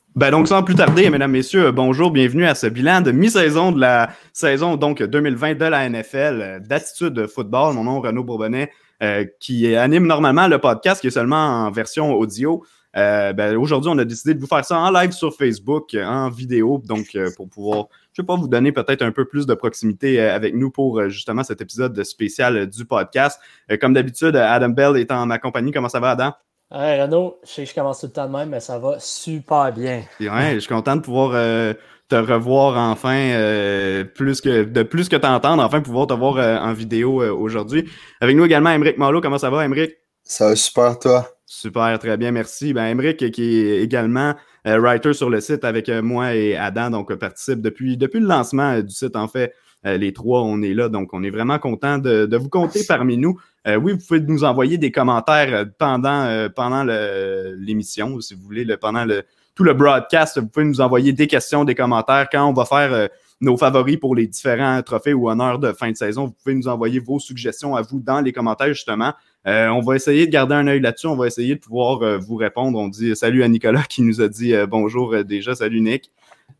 Ben donc, sans plus tarder, mesdames, messieurs, bonjour, bienvenue à ce bilan de mi-saison de la saison donc 2020 de la NFL d'Attitude Football. Mon nom est Renaud Bourbonnais, qui anime normalement le podcast, qui est seulement en version audio. Aujourd'hui, on a décidé de vous faire ça en live sur Facebook, en vidéo, donc pour pouvoir, je sais pas, vous donner peut-être un peu plus de proximité avec nous pour justement cet épisode spécial du podcast. Comme d'habitude, Adam Bell est en ma compagnie. Comment ça va, Adam? Hey Renaud, je sais que je commence tout le temps de même, mais ça va super bien. Ouais, je suis content de pouvoir te revoir enfin, plus que t'entendre, enfin pouvoir te voir en vidéo aujourd'hui. Avec nous également, Aymeric Malo. Comment ça va, Aymeric? Ça va super, toi? Super, très bien, merci. Ben, Aymeric, qui est également writer sur le site avec moi et Adam, donc participe depuis le lancement du site. En fait, les trois, on est là, donc on est vraiment content de vous compter parmi nous. Oui, vous pouvez nous envoyer des commentaires pendant l'émission, si vous voulez, pendant tout le broadcast. Vous pouvez nous envoyer des questions, des commentaires. Quand on va faire nos favoris pour les différents trophées ou honneurs de fin de saison, vous pouvez nous envoyer vos suggestions à vous dans les commentaires, justement. On va essayer de garder un œil là-dessus. On va essayer de pouvoir vous répondre. On dit salut à Nicolas qui nous a dit bonjour déjà. Salut Nick.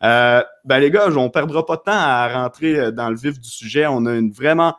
Les gars, on ne perdra pas de temps à rentrer dans le vif du sujet. On a une vraiment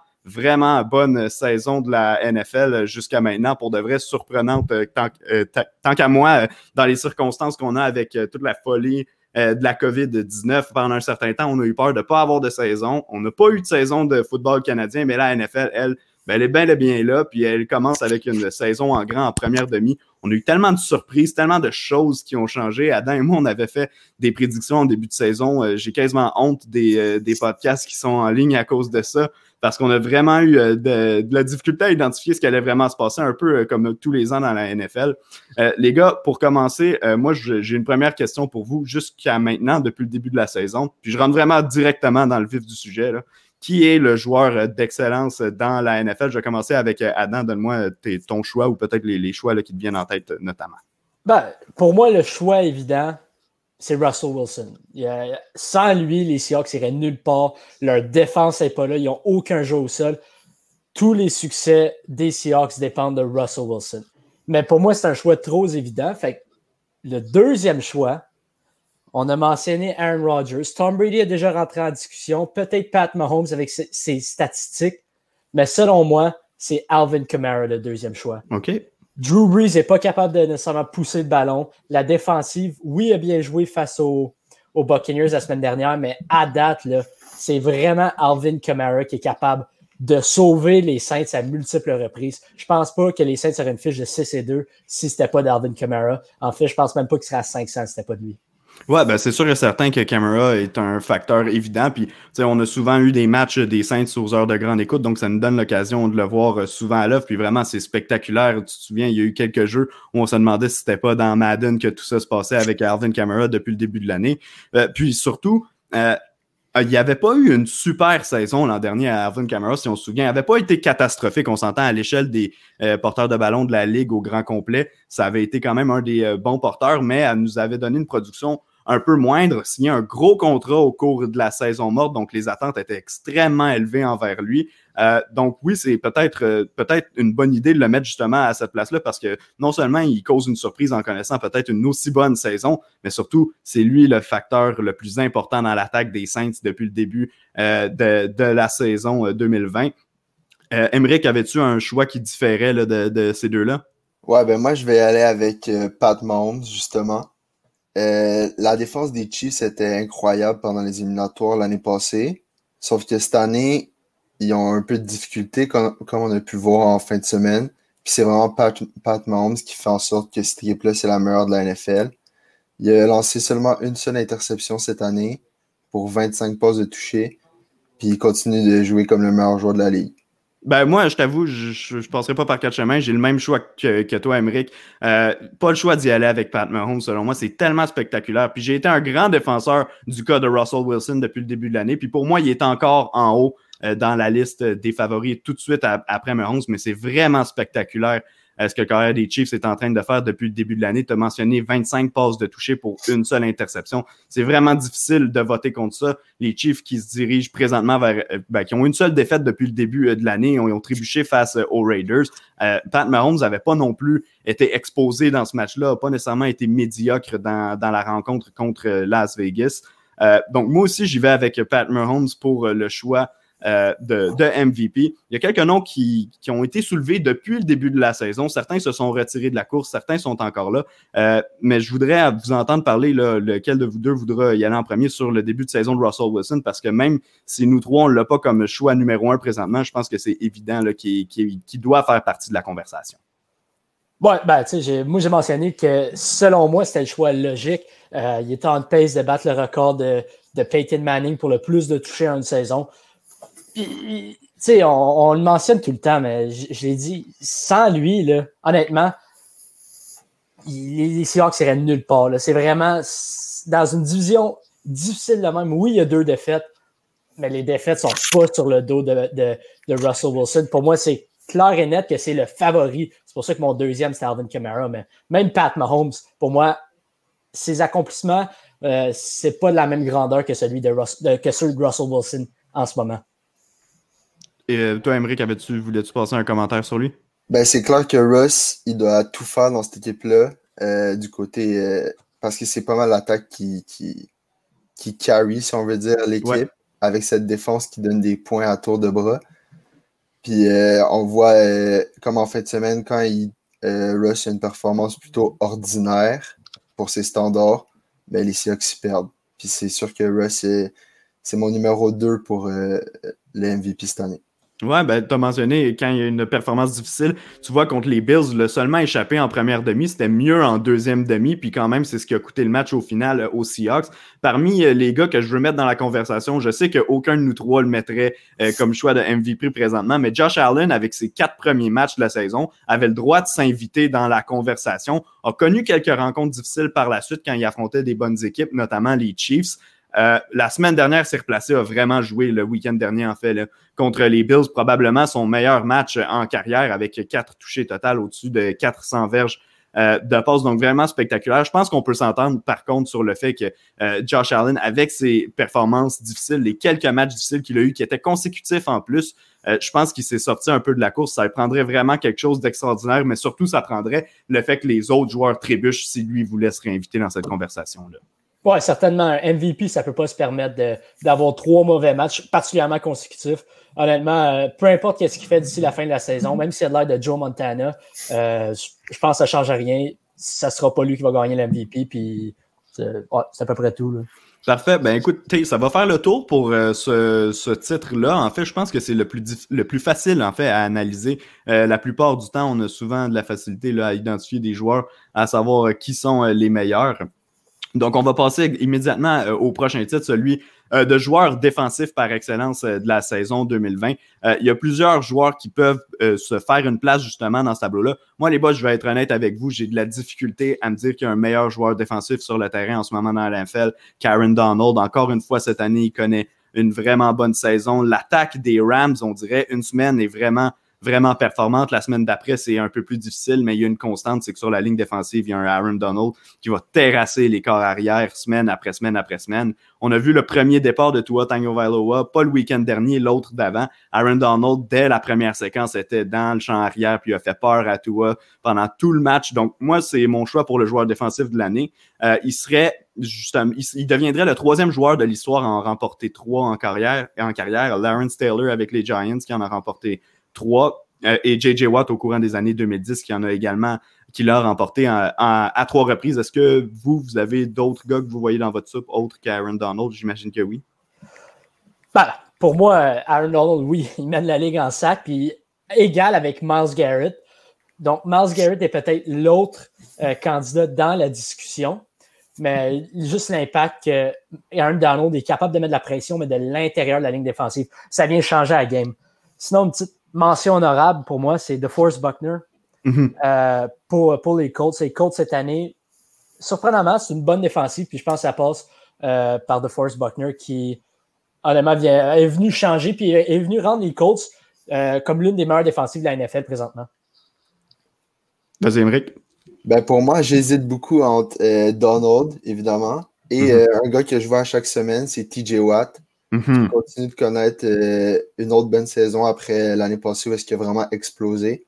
bonne saison de la NFL jusqu'à maintenant, pour de vrai surprenante, tant qu'à moi, dans les circonstances qu'on a avec toute la folie de la COVID-19. Pendant un certain temps, on a eu peur de ne pas avoir de saison. On n'a pas eu de saison de football canadien, mais la NFL, elle est bien là, puis elle commence avec une saison en grand en première demi. On a eu tellement de surprises, tellement de choses qui ont changé. Adam et moi, on avait fait des prédictions en début de saison. J'ai quasiment honte des podcasts qui sont en ligne à cause de ça, parce qu'on a vraiment eu de la difficulté à identifier ce qui allait vraiment se passer, un peu comme tous les ans dans la NFL. Les gars, pour commencer, moi, j'ai une première question pour vous jusqu'à maintenant, depuis le début de la saison. Puis je rentre vraiment directement dans le vif du sujet, là. Qui est le joueur d'excellence dans la NFL? Je vais commencer avec Adam. Donne-moi ton choix ou peut-être les choix là, qui te viennent en tête notamment. Pour moi, le choix évident, c'est Russell Wilson. Sans lui, les Seahawks iraient nulle part. Leur défense n'est pas là. Ils n'ont aucun jeu au sol. Tous les succès des Seahawks dépendent de Russell Wilson. Mais pour moi, c'est un choix trop évident. Fait que le deuxième choix, on a mentionné Aaron Rodgers. Tom Brady a déjà rentré en discussion. Peut-être Pat Mahomes avec ses statistiques. Mais selon moi, c'est Alvin Kamara, le deuxième choix. OK. Drew Brees n'est pas capable de nécessairement pousser le ballon. La défensive, oui, a bien joué face aux Buccaneers la semaine dernière, mais à date, là, c'est vraiment Alvin Kamara qui est capable de sauver les Saints à multiples reprises. Je pense pas que les Saints auraient une fiche de 6-2 si c'était pas d'Alvin Kamara. En fait, je pense même pas qu'il serait à 500 si c'était pas de lui. Ouais, ben c'est sûr et certain que Kamara est un facteur évident. Puis, on a souvent eu des matchs des Saints aux heures de grande écoute, donc ça nous donne l'occasion de le voir souvent à l'œuvre. Puis vraiment, c'est spectaculaire. Tu te souviens, il y a eu quelques jeux où on se demandait si c'était pas dans Madden que tout ça se passait avec Alvin Kamara depuis le début de l'année. Puis surtout, il n'y avait pas eu une super saison l'an dernier à Alvin Kamara, si on se souvient. Il n'avait pas été catastrophique, on s'entend, à l'échelle des porteurs de ballon de la Ligue au grand complet. Ça avait été quand même un des bons porteurs, mais elle nous avait donné une production un peu moindre, signé un gros contrat au cours de la saison morte, donc les attentes étaient extrêmement élevées envers lui. Donc oui, c'est peut-être une bonne idée de le mettre justement à cette place-là, parce que non seulement il cause une surprise en connaissant peut-être une aussi bonne saison, mais surtout, c'est lui le facteur le plus important dans l'attaque des Saints depuis le début de la saison 2020. Aymeric, avais-tu un choix qui différait là, de ces deux-là? Ouais, ben moi, je vais aller avec Pat Mahomes, justement. La défense des Chiefs était incroyable pendant les éliminatoires l'année passée. Sauf que cette année, ils ont un peu de difficulté, comme on a pu voir en fin de semaine. Puis c'est vraiment Pat Mahomes qui fait en sorte que cette équipe-là, c'est la meilleure de la NFL. Il a lancé seulement une seule interception cette année pour 25 passes de toucher. Puis il continue de jouer comme le meilleur joueur de la ligue. Ben moi, je t'avoue, je passerai pas par quatre chemins. J'ai le même choix que toi, Aymeric. Pas le choix d'y aller avec Pat Mahomes, selon moi. C'est tellement spectaculaire. Puis j'ai été un grand défenseur du cas de Russell Wilson depuis le début de l'année. Puis pour moi, il est encore en haut dans la liste des favoris tout de suite après Mahomes. Mais c'est vraiment spectaculaire ce que le carrière des Chiefs est en train de faire depuis le début de l'année. Tu as mentionné 25 passes de toucher pour une seule interception. C'est vraiment difficile de voter contre ça. Les Chiefs qui se dirigent présentement vers, qui ont une seule défaite depuis le début de l'année, ils ont trébuché face aux Raiders. Pat Mahomes n'avait pas non plus été exposé dans ce match-là, n'a pas nécessairement été médiocre dans la rencontre contre Las Vegas. Donc, moi aussi, j'y vais avec Pat Mahomes pour le choix de MVP. Il y a quelques noms qui ont été soulevés depuis le début de la saison. Certains se sont retirés de la course, certains sont encore là. Mais je voudrais vous entendre parler, là, lequel de vous deux voudra y aller en premier sur le début de saison de Russell Wilson, parce que même si nous trois, on ne l'a pas comme choix numéro 1 présentement, je pense que c'est évident là, qu'il doit faire partie de la conversation. Ouais, tu sais, moi, j'ai mentionné que selon moi, c'était le choix logique. Il était en pace de battre le record de Peyton Manning pour le plus de touchés en une saison. Puis, tu sais, on le mentionne tout le temps, mais je l'ai dit, sans lui, là, honnêtement, les Seahawks seraient nulle part. Là. C'est vraiment dans une division difficile de même. Oui, il y a 2 défaites, mais les défaites sont pas sur le dos de Russell Wilson. Pour moi, c'est clair et net que c'est le favori. C'est pour ça que mon deuxième, c'est Alvin Kamara. Mais même Pat Mahomes, pour moi, ses accomplissements, c'est pas de la même grandeur que celui de Russell Wilson en ce moment. Et toi, Aymeric, voulais-tu passer un commentaire sur lui? Ben, c'est clair que Russ, il doit tout faire dans cette équipe-là, du côté parce que c'est pas mal l'attaque qui carry, si on veut dire, l'équipe, avec cette défense qui donne des points à tour de bras. Puis on voit comme en fin de semaine, quand Russ a une performance plutôt ordinaire pour ses standards, ben, les Seahawks y perdent. Puis c'est sûr que Russ, c'est mon numéro 2 pour le MVP cette année. Ouais, ben, tu as mentionné quand il y a une performance difficile, tu vois, contre les Bills, le seulement échappé en première demi, c'était mieux en deuxième demi, puis quand même, c'est ce qui a coûté le match au final aux Seahawks. Parmi les gars que je veux mettre dans la conversation, je sais qu'aucun de nous trois le mettrait comme choix de MVP présentement, mais Josh Allen, avec ses 4 premiers matchs de la saison, avait le droit de s'inviter dans la conversation, a connu quelques rencontres difficiles par la suite quand il affrontait des bonnes équipes, notamment les Chiefs. La semaine dernière, s'est replacé, a vraiment joué le week-end dernier, en fait, là, contre les Bills, probablement son meilleur match en carrière avec 4 touchés total au-dessus de 400 verges de passe, donc vraiment spectaculaire. Je pense qu'on peut s'entendre par contre sur le fait que Josh Allen, avec ses performances difficiles, les quelques matchs difficiles qu'il a eu, qui étaient consécutifs en plus, je pense qu'il s'est sorti un peu de la course. Ça prendrait vraiment quelque chose d'extraordinaire, mais surtout, ça prendrait le fait que les autres joueurs trébuchent si lui voulait se réinviter dans cette conversation-là. Oui, certainement. Un MVP, ça ne peut pas se permettre d'avoir 3 mauvais matchs, particulièrement consécutifs. Honnêtement, peu importe ce qu'il fait d'ici la fin de la saison, même s'il a l'air de Joe Montana, je pense que ça ne change rien. Ça ne sera pas lui qui va gagner l'MVP. Puis, c'est à peu près tout. Là. Parfait. Ben écoute, ça va faire le tour pour ce titre-là. En fait, je pense que c'est le plus facile en fait à analyser. La plupart du temps, on a souvent de la facilité là, à identifier des joueurs, à savoir qui sont les meilleurs. Donc, on va passer immédiatement au prochain titre, celui de joueur défensif par excellence de la saison 2020. Il y a plusieurs joueurs qui peuvent se faire une place justement dans ce tableau-là. Moi, les boys, je vais être honnête avec vous, j'ai de la difficulté à me dire qu'il y a un meilleur joueur défensif sur le terrain en ce moment dans la NFL qu'Aaron Donald. Encore une fois, cette année, il connaît une vraiment bonne saison. L'attaque des Rams, on dirait, une semaine est vraiment performante. La semaine d'après, c'est un peu plus difficile, mais il y a une constante, c'est que sur la ligne défensive, il y a un Aaron Donald qui va terrasser les corps arrière semaine après semaine après semaine. On a vu le premier départ de Tua Tagovailoa, pas le week-end dernier, l'autre d'avant. Aaron Donald, dès la première séquence, était dans le champ arrière, puis il a fait peur à Tua pendant tout le match. Donc, moi, c'est mon choix pour le joueur défensif de l'année. Il deviendrait le 3e joueur de l'histoire à en remporter 3 en carrière. Lawrence Taylor avec les Giants qui en a remporté 3 et J.J. Watt au courant des années 2010 qui l'a remporté à 3 reprises. Est-ce que vous avez d'autres gars que vous voyez dans votre soupe autres qu'Aaron Donald? J'imagine que oui. Pour moi, Aaron Donald, oui, il mène la ligue en sac, puis égal avec Myles Garrett. Donc, Myles Garrett est peut-être l'autre candidat dans la discussion, mais juste l'impact que Aaron Donald est capable de mettre de la pression, mais de l'intérieur de la ligne défensive. Ça vient changer la game. Sinon, une petite mention honorable pour moi, c'est DeForest Buckner. Pour les Colts. Les Colts cette année, surprenamment, c'est une bonne défensive, puis je pense que ça passe par DeForest Buckner qui, honnêtement, est venu changer, puis est venu rendre les Colts comme l'une des meilleures défensives de la NFL présentement. Vas-y, Émeric. Ben pour moi, j'hésite beaucoup entre Donald, évidemment, et un gars que je vois à chaque semaine, c'est TJ Watt, qui continue de connaître une autre bonne saison après l'année passée où est-ce qu'il a vraiment explosé.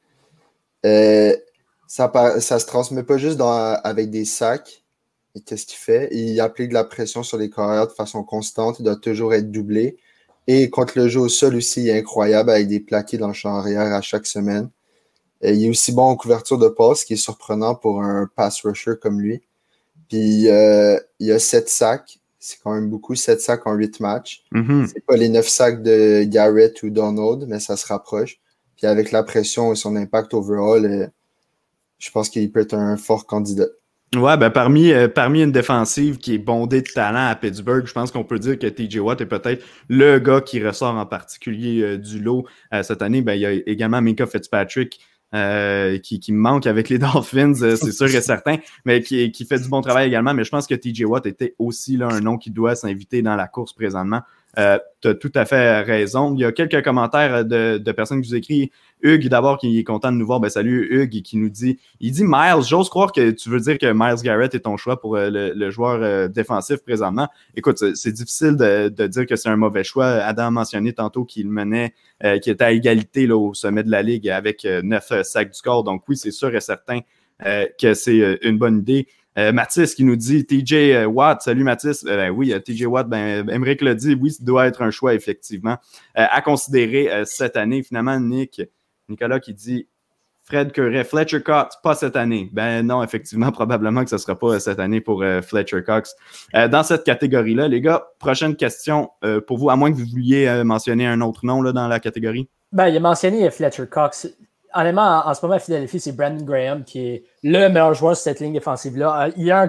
Ça se transmet pas juste avec des sacs. Et qu'est-ce qu'il fait? Il applique de la pression sur les carrières de façon constante. Il doit toujours être doublé. Et contre le jeu au sol aussi, il est incroyable avec des plaqués dans le champ arrière à chaque semaine. Il est aussi bon en couverture de passe, ce qui est surprenant pour un pass rusher comme lui. Puis il a 7 sacs. C'est quand même beaucoup, 7 sacs en 8 matchs. C'est pas les 9 sacs de Garrett ou Donald, mais ça se rapproche. Puis avec la pression et son impact overall, je pense qu'il peut être un fort candidat. Ouais, ben parmi une défensive qui est bondée de talent à Pittsburgh, je pense qu'on peut dire que TJ Watt est peut-être le gars qui ressort en particulier du lot cette année. Ben il y a également Minkah Fitzpatrick qui me manque avec les Dolphins, c'est sûr et certain, mais qui fait du bon travail également. Mais je pense que TJ Watt était aussi là un nom qui doit s'inviter dans la course présentement. Tu as tout à fait raison. Il y a quelques commentaires de personnes qui vous écrivent. Hugues, d'abord, qui est content de nous voir. Ben, salut Hugues, qui nous dit, il dit Miles, j'ose croire que tu veux dire que Myles Garrett est ton choix pour le joueur défensif présentement. Écoute, c'est difficile de dire que c'est un mauvais choix. Adam a mentionné tantôt qu'il menait, qu'il était à égalité là, au sommet de la ligue avec 9 sacs du score. Donc oui, c'est sûr et certain que c'est une bonne idée. Mathis qui nous dit TJ Watt, salut Mathis. Oui, TJ Watt, Émeric l'a dit, oui, ça doit être un choix, effectivement, à considérer cette année. Finalement, Nicolas qui dit Fred Curret, Fletcher Cox, pas cette année. Ben non, effectivement, probablement que ce ne sera pas cette année pour Fletcher Cox. Dans cette catégorie-là, les gars, prochaine question pour vous, à moins que vous vouliez mentionner un autre nom là, dans la catégorie. Ben, il a mentionné Fletcher Cox. Honnêtement, en ce moment, à Philadelphie, c'est Brandon Graham qui est le meilleur joueur sur cette ligne défensive-là.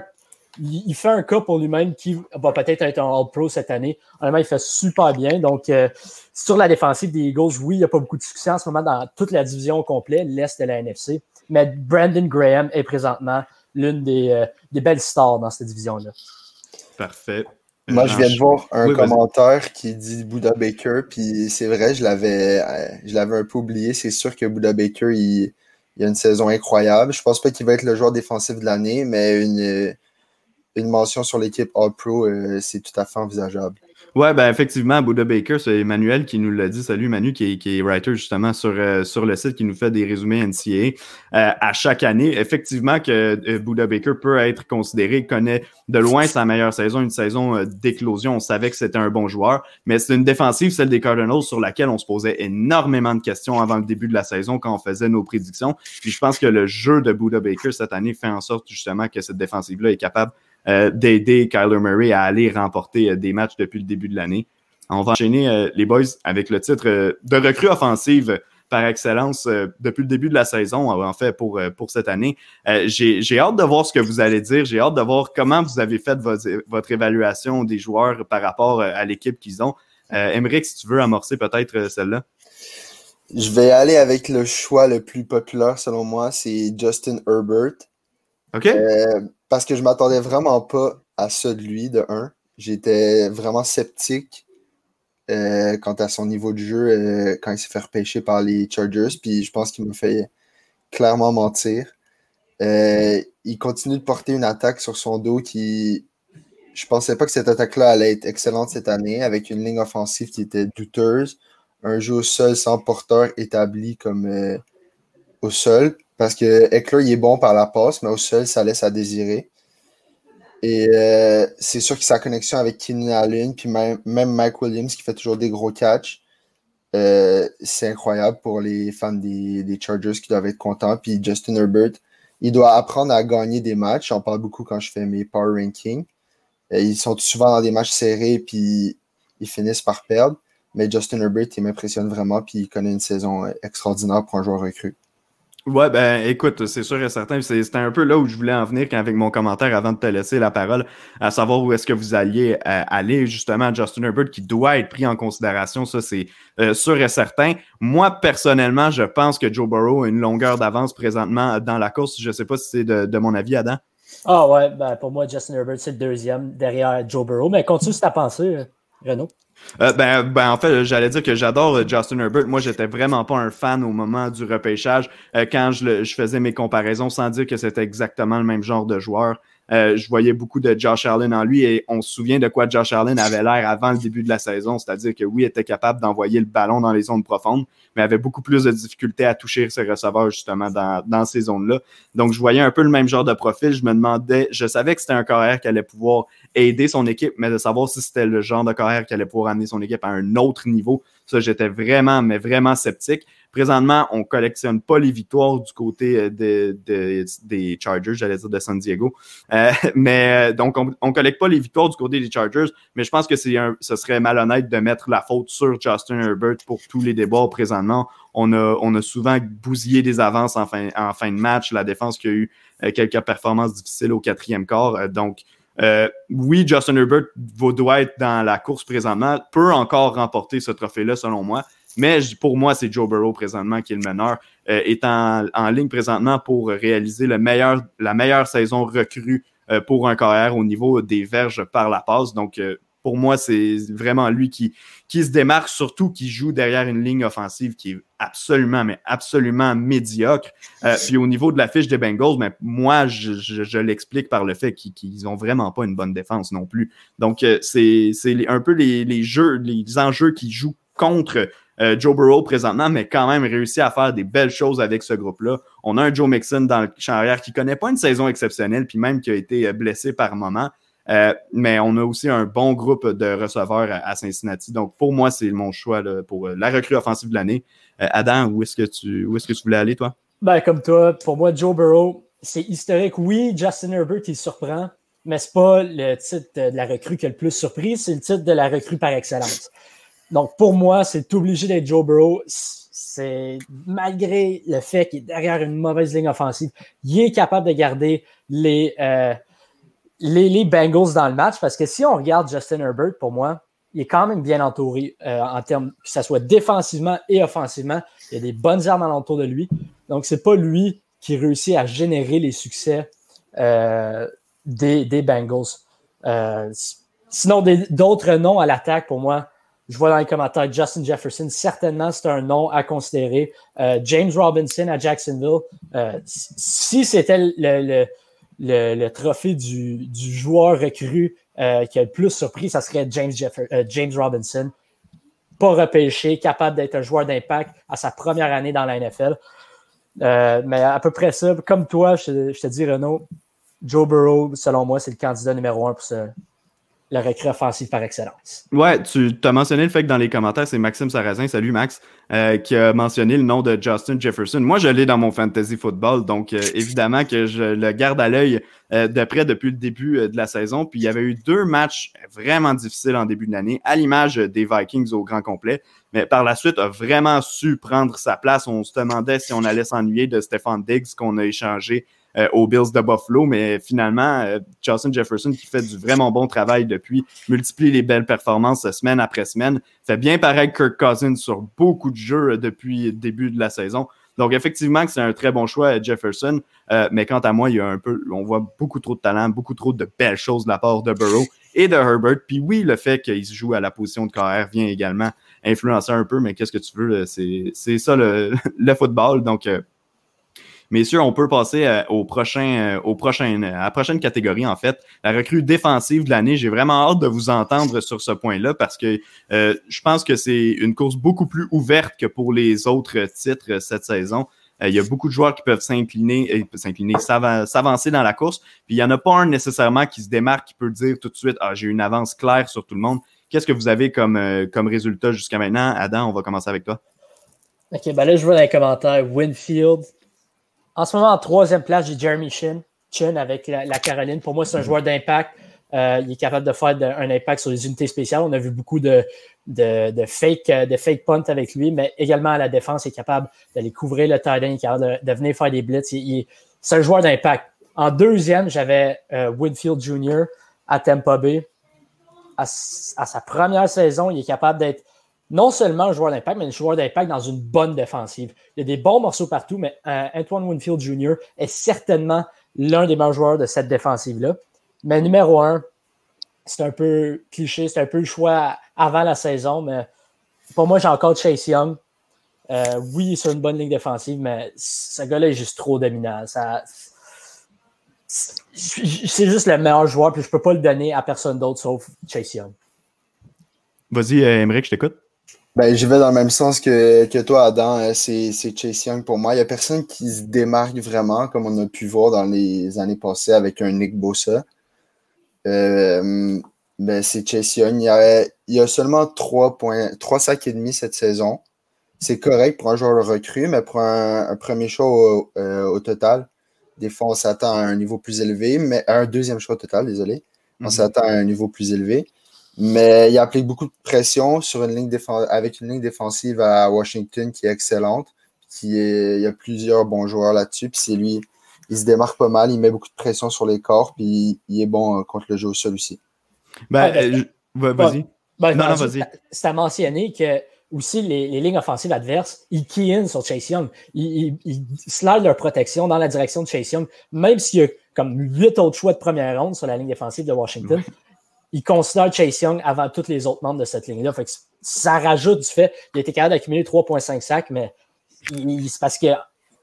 Il fait un cas pour lui-même qui va peut-être être un All-Pro cette année. Honnêtement, il fait super bien. Donc, sur la défensive des Eagles, oui, il n'y a pas beaucoup de succès en ce moment dans toute la division au complet, l'Est de la NFC. Mais Brandon Graham est présentement l'une des belles stars dans cette division-là. Parfait. Moi, je viens de voir un commentaire qui dit Buda Baker, puis c'est vrai, je l'avais un peu oublié. C'est sûr que Buda Baker, il a une saison incroyable. Je pense pas qu'il va être le joueur défensif de l'année, mais une mention sur l'équipe All-Pro, c'est tout à fait envisageable. Ouais, ben effectivement, Buda Baker, c'est Emmanuel qui nous l'a dit. Salut Manu, qui est writer justement sur le site, qui nous fait des résumés NCAA à chaque année. Effectivement que Buda Baker peut être considéré, connaît de loin sa meilleure saison, une saison d'éclosion. On savait que c'était un bon joueur, mais c'est une défensive, celle des Cardinals, sur laquelle on se posait énormément de questions avant le début de la saison quand on faisait nos prédictions. Puis je pense que le jeu de Buda Baker cette année fait en sorte justement que cette défensive-là est capable d'aider Kyler Murray à aller remporter des matchs depuis le début de l'année. On va enchaîner les boys avec le titre de recrue offensive par excellence depuis le début de la saison, en fait, pour cette année. J'ai hâte de voir ce que vous allez dire. J'ai hâte de voir comment vous avez fait votre évaluation des joueurs par rapport à l'équipe qu'ils ont. Émeric, si tu veux amorcer peut-être celle-là. Je vais aller avec le choix le plus populaire, selon moi, c'est Justin Herbert. OK. Parce que je m'attendais vraiment pas à ça de lui, de un. J'étais vraiment sceptique quant à son niveau de jeu quand il s'est fait repêcher par les Chargers, puis je pense qu'il me fait clairement mentir. Il continue de porter une attaque sur son dos qui... Je pensais pas que cette attaque-là allait être excellente cette année, avec une ligne offensive qui était douteuse, un jeu au sol sans porteur établi comme au sol, parce que Eckler, il est bon par la passe, mais au sol, ça laisse à désirer. Et c'est sûr que sa connexion avec Keenan Allen, puis même Mike Williams, qui fait toujours des gros catchs, c'est incroyable pour les fans des Chargers qui doivent être contents. Puis Justin Herbert, il doit apprendre à gagner des matchs. J'en parle beaucoup quand je fais mes power rankings. Ils sont souvent dans des matchs serrés, puis ils finissent par perdre. Mais Justin Herbert, il m'impressionne vraiment, puis il connaît une saison extraordinaire pour un joueur recru. Ouais, ben écoute, c'est sûr et certain. C'était un peu là où je voulais en venir avec mon commentaire avant de te laisser la parole, à savoir où est-ce que vous alliez aller justement. Justin Herbert qui doit être pris en considération, ça c'est sûr et certain. Moi, personnellement, je pense que Joe Burrow a une longueur d'avance présentement dans la course. Je sais pas si c'est de mon avis, Adam. Ah ouais, ben pour moi, Justin Herbert, c'est le deuxième derrière Joe Burrow. Mais continue sur ta pensée. Renaud? En fait, j'allais dire que j'adore Justin Herbert. Moi, j'étais vraiment pas un fan au moment du repêchage quand je faisais mes comparaisons sans dire que c'était exactement le même genre de joueur. Je voyais beaucoup de Josh Allen en lui et on se souvient de quoi Josh Allen avait l'air avant le début de la saison, c'est-à-dire que oui, il était capable d'envoyer le ballon dans les zones profondes, mais avait beaucoup plus de difficultés à toucher ses receveurs justement dans ces zones-là. Donc, je voyais un peu le même genre de profil. Je me demandais, je savais que c'était un carrière qui allait pouvoir aider son équipe, mais de savoir si c'était le genre de carrière qui allait pouvoir amener son équipe à un autre niveau, ça, j'étais vraiment, mais vraiment sceptique. Présentement, on collectionne pas les victoires du côté des Chargers, j'allais dire de San Diego. Donc, on collecte pas les victoires du côté des Chargers, mais je pense que ce serait malhonnête de mettre la faute sur Justin Herbert pour tous les débats présentement. On a souvent bousillé des avances en fin de match. La défense qui a eu quelques performances difficiles au 4e quart. Oui, Justin Herbert doit être dans la course présentement, peut encore remporter ce trophée-là selon moi, mais pour moi, c'est Joe Burrow présentement qui est le meneur, est en ligne présentement pour réaliser la meilleure saison recrue pour un carrière au niveau des verges par la passe. Donc, pour moi, c'est vraiment lui qui se démarque, surtout qui joue derrière une ligne offensive qui est absolument, mais absolument médiocre. Puis au niveau de la fiche des Bengals, mais moi, je l'explique par le fait qu'ils ont vraiment pas une bonne défense non plus. Donc, c'est un peu les enjeux qu'ils jouent contre Joe Burrow présentement, mais quand même réussi à faire des belles choses avec ce groupe-là. On a un Joe Mixon dans le champ arrière qui connaît pas une saison exceptionnelle, puis même qui a été blessé par moment. Mais on a aussi un bon groupe de receveurs à Cincinnati. Donc, pour moi, c'est mon choix là, pour la recrue offensive de l'année. Adam, où est-ce que tu voulais aller, toi? Comme toi, pour moi, Joe Burrow, c'est historique. Oui, Justin Herbert, il surprend, mais c'est pas le titre de la recrue qui a le plus surpris, c'est le titre de la recrue par excellence. Donc, pour moi, c'est obligé d'être Joe Burrow. C'est malgré le fait qu'il est derrière une mauvaise ligne offensive, il est capable de garder les Bengals dans le match, parce que si on regarde Justin Herbert, pour moi, il est quand même bien entouré en termes que ce soit défensivement et offensivement. Il y a des bonnes armes alentour de lui. Donc, c'est pas lui qui réussit à générer les succès des Bengals. Sinon, d'autres noms à l'attaque, pour moi, je vois dans les commentaires Justin Jefferson, certainement, c'est un nom à considérer. James Robinson à Jacksonville, si c'était le trophée du joueur recru qui a le plus surpris, ça serait James Robinson. Pas repêché, capable d'être un joueur d'impact à sa première année dans la NFL. Mais à peu près ça. Comme toi, je te dis, Renaud, Joe Burrow, selon moi, c'est le candidat numéro 1 pour le recrue offensif par excellence. Ouais, tu as mentionné le fait que dans les commentaires, c'est Maxime Sarrazin, salut Max, qui a mentionné le nom de Justin Jefferson. Moi, je l'ai dans mon fantasy football, donc évidemment que je le garde à l'œil de près depuis le début de la saison. Puis il y avait eu 2 matchs vraiment difficiles en début de l'année, à l'image des Vikings au grand complet. Mais par la suite, a vraiment su prendre sa place. On se demandait si on allait s'ennuyer de Stephon Diggs qu'on a échangé aux Bills de Buffalo, mais finalement, Justin Jefferson qui fait du vraiment bon travail depuis, multiplie les belles performances semaine après semaine, fait bien pareil Kirk Cousins sur beaucoup de jeux depuis le début de la saison. Donc effectivement que c'est un très bon choix Jefferson, mais quant à moi, il y a on voit beaucoup trop de talent, beaucoup trop de belles choses de la part de Burrow et de Herbert. Puis oui, le fait qu'il se joue à la position de carrière vient également influencer un peu, mais qu'est-ce que tu veux, c'est ça le football, donc messieurs, on peut passer à la prochaine catégorie, en fait. La recrue défensive de l'année. J'ai vraiment hâte de vous entendre sur ce point-là parce que je pense que c'est une course beaucoup plus ouverte que pour les autres titres cette saison. Il y a beaucoup de joueurs qui peuvent s'avancer dans la course. Puis il n'y en a pas un nécessairement qui se démarque, qui peut dire tout de suite « Ah, j'ai une avance claire sur tout le monde ». Qu'est-ce que vous avez comme résultat jusqu'à maintenant? Adam, on va commencer avec toi. OK, là, je vois dans les commentaires Winfield. En ce moment, en 3e place, j'ai Jeremy Chin avec la Caroline. Pour moi, c'est un joueur d'impact. Il est capable de faire un impact sur les unités spéciales. On a vu beaucoup de fake punt avec lui, mais également à la défense, il est capable d'aller couvrir le tight end, il est capable de venir faire des blitz. C'est un joueur d'impact. En 2e, j'avais Winfield Jr. à Tampa Bay. À sa première saison, il est capable d'être non seulement un joueur d'impact, mais un joueur d'impact dans une bonne défensive. Il y a des bons morceaux partout, mais Antoine Winfield Jr. est certainement l'un des meilleurs joueurs de cette défensive-là. Mais numéro 1, c'est un peu cliché, c'est un peu le choix avant la saison, mais pour moi, j'ai encore Chase Young. Oui, il est sur une bonne ligne défensive, mais ce gars-là est juste trop dominant. C'est juste le meilleur joueur, puis je ne peux pas le donner à personne d'autre sauf Chase Young. Vas-y, Émeric, je t'écoute. Ben, je vais dans le même sens que toi, Adam. C'est Chase Young pour moi. Il n'y a personne qui se démarque vraiment, comme on a pu voir dans les années passées avec un Nick Bosa. Ben, c'est Chase Young. Il y a seulement 3 sacs et demi cette saison. C'est correct pour un joueur de recrue, mais pour un premier choix au total, des fois, on s'attend à un niveau plus élevé, mais à un deuxième choix au total, désolé. On s'attend à un niveau plus élevé. Mais il applique beaucoup de pression sur une ligne avec une ligne défensive à Washington qui est excellente. Il y a plusieurs bons joueurs là-dessus. Puis c'est lui, il se démarque pas mal, il met beaucoup de pression sur les corps, puis il est bon contre le jeu au sol aussi. Vas-y. Non, vas-y. C'est à mentionner que aussi les lignes offensives adverses, ils key in sur Chase Young. Ils slide leur protection dans la direction de Chase Young. Même s'il y a comme 8 autres choix de première ronde sur la ligne défensive de Washington, ils considèrent Chase Young avant tous les autres membres de cette ligne-là. Fait que ça rajoute du fait qu'il a été capable d'accumuler 3,5 sacs, mais c'est parce qu'il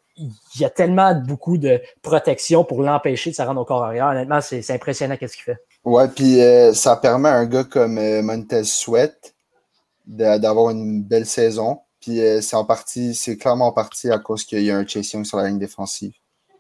y a tellement beaucoup de protection pour l'empêcher de se rendre au corps arrière. Honnêtement, c'est impressionnant ce qu'il fait. Ouais, puis ça permet à un gars comme Montez Sweat d'avoir une belle saison. Puis c'est clairement en partie à cause qu'il y a un Chase Young sur la ligne défensive.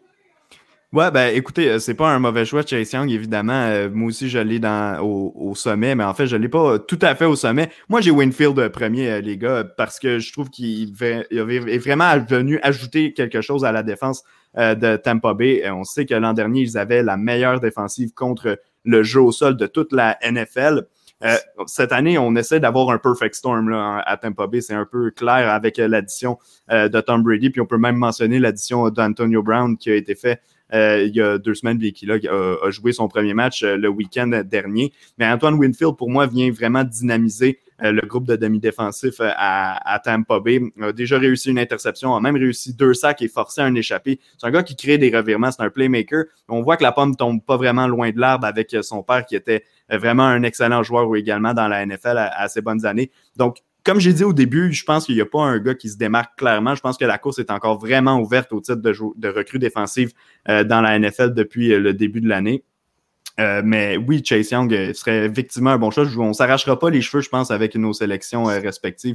Ouais, ben écoutez, c'est pas un mauvais choix, Chase Young, évidemment. Moi aussi, je l'ai au sommet, mais en fait, je l'ai pas tout à fait au sommet. Moi, j'ai Winfield premier, les gars, parce que je trouve qu'il est vraiment venu ajouter quelque chose à la défense de Tampa Bay. On sait que l'an dernier, ils avaient la meilleure défensive contre le jeu au sol de toute la NFL. Cette année, on essaie d'avoir un perfect storm là, à Tampa Bay. C'est un peu clair avec l'addition de Tom Brady. Puis on peut même mentionner l'addition d'Antonio Brown qui a été fait il y a 2 semaines, qui a joué son premier match le week-end dernier. Mais Antoine Winfield, pour moi, vient vraiment dynamiser le groupe de demi-défensifs à Tampa Bay. Il a déjà réussi une interception, a même réussi 2 sacs et forcé un échappé. C'est un gars qui crée des revirements, c'est un playmaker. On voit que la pomme tombe pas vraiment loin de l'arbre avec son père qui était vraiment un excellent joueur également dans la NFL à ses bonnes années. Donc, comme j'ai dit au début, je pense qu'il n'y a pas un gars qui se démarque clairement. Je pense que la course est encore vraiment ouverte au titre de recrue défensive dans la NFL depuis le début de l'année. Mais oui, Chase Young serait effectivement un bon choix. On ne s'arrachera pas les cheveux, je pense, avec nos sélections respectives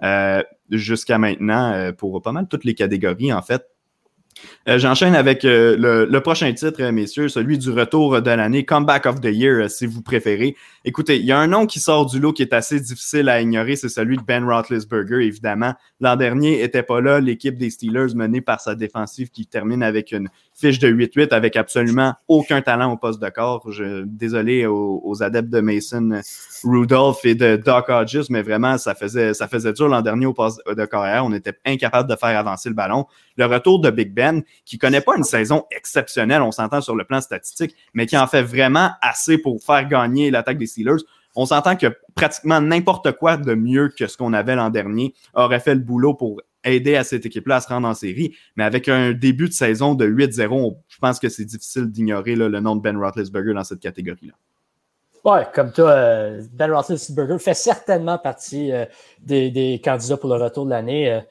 jusqu'à maintenant pour pas mal toutes les catégories, en fait. J'enchaîne avec le prochain titre, messieurs, celui du retour de l'année, Comeback of the Year, si vous préférez. Écoutez, il y a un nom qui sort du lot qui est assez difficile à ignorer, c'est celui de Ben Roethlisberger, évidemment. L'an dernier, n'était pas là, l'équipe des Steelers menée par sa défensive qui termine avec une fiche de 8-8 avec absolument aucun talent au poste de corps. Désolé aux adeptes de Mason Rudolph et de Doc Hodges, mais vraiment, ça faisait dur l'an dernier au poste de carrière. On était incapable de faire avancer le ballon. Le retour de Big Ben, qui connaît pas une saison exceptionnelle, on s'entend sur le plan statistique, mais qui en fait vraiment assez pour faire gagner l'attaque des Steelers. On s'entend que pratiquement n'importe quoi de mieux que ce qu'on avait l'an dernier aurait fait le boulot pour aider à cette équipe-là à se rendre en série. Mais avec un début de saison de 8-0, je pense que c'est difficile d'ignorer le nom de Ben Roethlisberger dans cette catégorie-là. Ouais, comme toi, Ben Roethlisberger fait certainement partie des candidats pour le retour de l'année.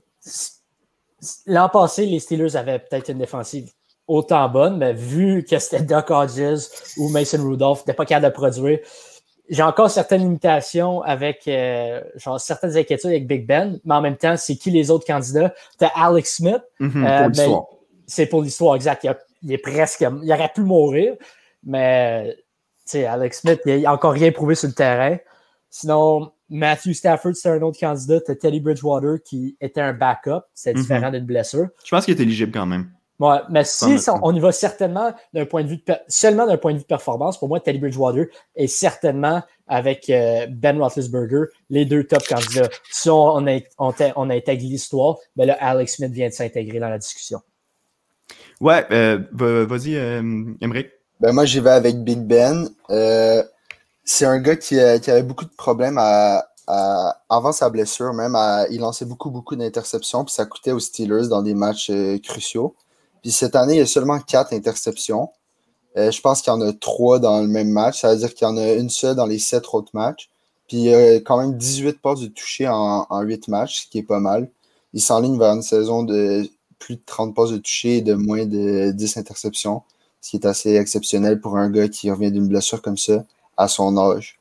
L'an passé, les Steelers avaient peut-être une défensive autant bonne, mais vu que c'était Doc Hodges ou Mason Rudolph, n'était pas capable de produire, j'ai encore certaines limitations avec certaines inquiétudes avec Big Ben, mais en même temps, c'est qui les autres candidats? T'as Alex Smith. Pour l'histoire. C'est pour l'histoire, exact. Il aurait pu mourir, mais Alex Smith, il n'a encore rien prouvé sur le terrain. Sinon, Matthew Stafford, c'est un autre candidat. T'as Teddy Bridgewater qui était un backup. C'est différent d'une blessure. Je pense qu'il est éligible quand même. Ouais, mais si on y va certainement seulement d'un point de vue de performance, pour moi, Teddy Bridgewater est certainement avec Ben Roethlisberger les 2 top candidats. Si on intègre l'histoire, ben là, Alex Smith vient de s'intégrer dans la discussion. Ouais, vas-y, Émeric. Ben moi, j'y vais avec Big Ben. C'est un gars qui avait beaucoup de problèmes avant sa blessure, même. Il lançait beaucoup d'interceptions, puis ça coûtait aux Steelers dans des matchs cruciaux. Puis cette année, il y a seulement 4 interceptions. Je pense qu'il y en a 3 dans le même match. Ça veut dire qu'il y en a une seule dans les 7 autres matchs. Puis quand même 18 passes de toucher en 8 matchs, ce qui est pas mal. Il s'enligne vers une saison de plus de 30 passes de toucher et de moins de 10 interceptions, ce qui est assez exceptionnel pour un gars qui revient d'une blessure comme ça à son âge.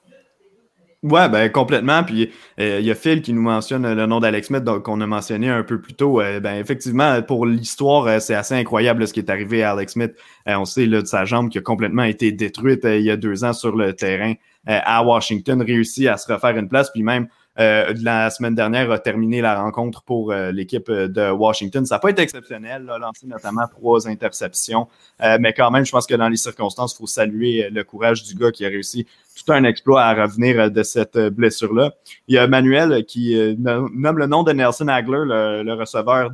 Ouais, ben complètement. Puis il y a Phil qui nous mentionne le nom d'Alex Smith, donc qu'on a mentionné un peu plus tôt. Ben effectivement, pour l'histoire, c'est assez incroyable là, ce qui est arrivé à Alex Smith. On sait là, de sa jambe qui a complètement été détruite il y a 2 ans sur le terrain à Washington, réussi à se refaire une place, puis même la semaine dernière a terminé la rencontre pour l'équipe de Washington. Ça n'a pas été exceptionnel, là, lancé notamment 3 interceptions, mais quand même, je pense que dans les circonstances, il faut saluer le courage du gars qui a réussi tout un exploit à revenir de cette blessure-là. Il y a Manuel qui nomme le nom de Nelson Agholor, le receveur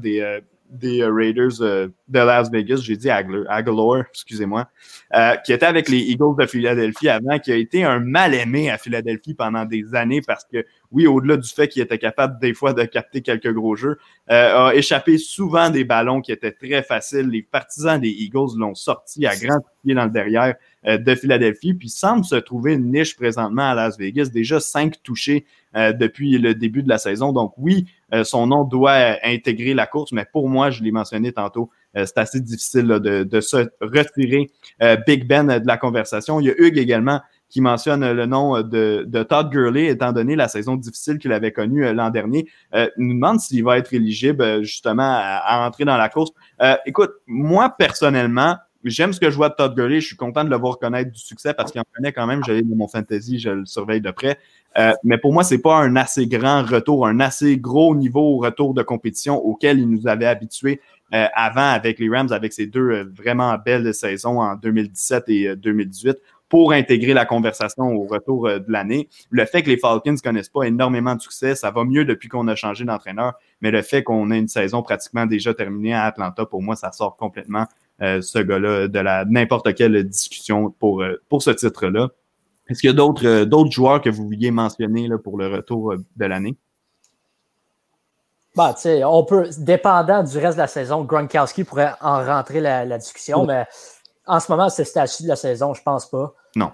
des Raiders de Las Vegas. J'ai dit Agholor, excusez-moi, qui était avec les Eagles de Philadelphie avant, qui a été un mal-aimé à Philadelphie pendant des années parce que, oui, au-delà du fait qu'il était capable des fois de capter quelques gros jeux, a échappé souvent des ballons qui étaient très faciles. Les partisans des Eagles l'ont sorti à grands pieds dans le derrière de Philadelphie, puis semble se trouver une niche présentement à Las Vegas. Déjà 5 touchés depuis le début de la saison. Donc oui, son nom doit intégrer la course, mais pour moi, je l'ai mentionné tantôt, c'est assez difficile là, de se retirer Big Ben de la conversation. Il y a Hugues également qui mentionne le nom de Todd Gurley, étant donné la saison difficile qu'il avait connue l'an dernier. Il nous demande s'il va être éligible justement à entrer dans la course. Écoute, moi, personnellement, j'aime ce que je vois de Todd Gurley. Je suis content de le voir connaître du succès parce qu'il en connaît quand même. J'allais dans mon fantasy, je le surveille de près. Mais pour moi, c'est pas un assez grand retour, un assez gros niveau retour de compétition auquel il nous avait habitués avant avec les Rams, avec ces 2 vraiment belles saisons en 2017 et 2018 pour intégrer la conversation au retour de l'année. Le fait que les Falcons ne connaissent pas énormément de succès, ça va mieux depuis qu'on a changé d'entraîneur, mais le fait qu'on ait une saison pratiquement déjà terminée à Atlanta, pour moi, ça sort complètement ce gars-là de n'importe quelle discussion pour ce titre-là. Est-ce qu'il y a d'autres joueurs que vous vouliez mentionner là, pour le retour de l'année? Bah, tu sais, on peut, dépendant du reste de la saison, Gronkowski pourrait en rentrer la discussion, mais en ce moment, c'est le statut de la saison, je pense pas. Non.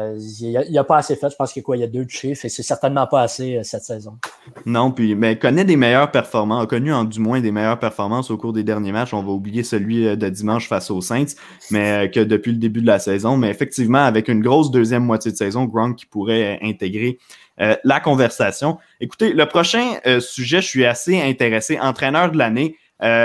Il n'y a pas assez fait. Je pense qu'il y a 2 chiffres et c'est certainement pas assez cette saison. Non, puis mais connaît des meilleures performances, a connu du moins des meilleures performances au cours des derniers matchs. On va oublier celui de dimanche face aux Saints, mais que depuis le début de la saison. Mais effectivement, avec une grosse deuxième moitié de saison, Gronk qui pourrait intégrer la conversation. Écoutez, le prochain sujet, je suis assez intéressé. Entraîneur de l'année.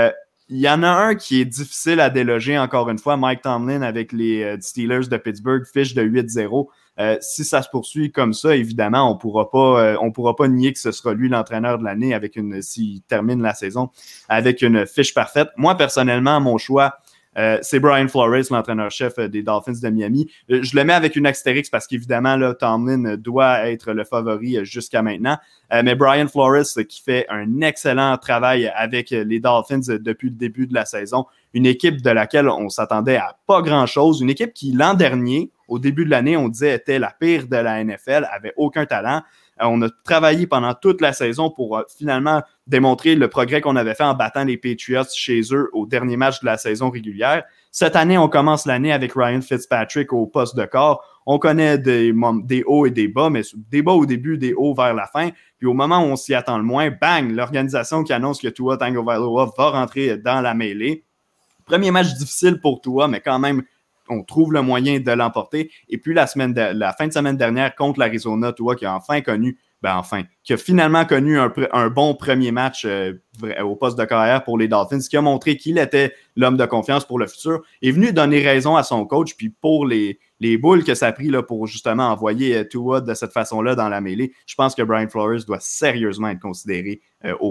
Il y en a un qui est difficile à déloger, encore une fois, Mike Tomlin avec les Steelers de Pittsburgh, fiche de 8-0. Si ça se poursuit comme ça, évidemment, on pourra pas nier que ce sera lui l'entraîneur de l'année s'il termine la saison avec une fiche parfaite. Moi, personnellement, mon choix, c'est Brian Flores, l'entraîneur-chef des Dolphins de Miami. Je le mets avec une astérix parce qu'évidemment, là, Tomlin doit être le favori jusqu'à maintenant. Mais Brian Flores qui fait un excellent travail avec les Dolphins depuis le début de la saison. Une équipe de laquelle on s'attendait à pas grand-chose. Une équipe qui, l'an dernier, au début de l'année, on disait était la pire de la NFL, avait aucun talent. On a travaillé pendant toute la saison pour finalement démontrer le progrès qu'on avait fait en battant les Patriots chez eux au dernier match de la saison régulière. Cette année, on commence l'année avec Ryan Fitzpatrick au poste de corps. On connaît des hauts et des bas, mais des bas au début, des hauts vers la fin. Puis au moment où on s'y attend le moins, bang, l'organisation qui annonce que Tua Tagovailoa va rentrer dans la mêlée. Premier match difficile pour Tua, mais quand même, on trouve le moyen de l'emporter. Et puis la fin de semaine dernière contre l'Arizona, Tua qui a qui a finalement connu un bon premier match au poste de carrière pour les Dolphins, qui a montré qu'il était l'homme de confiance pour le futur, est venu donner raison à son coach, puis pour les boules que ça a pris là, pour justement envoyer Tua de cette façon-là dans la mêlée, je pense que Brian Flores doit sérieusement être considéré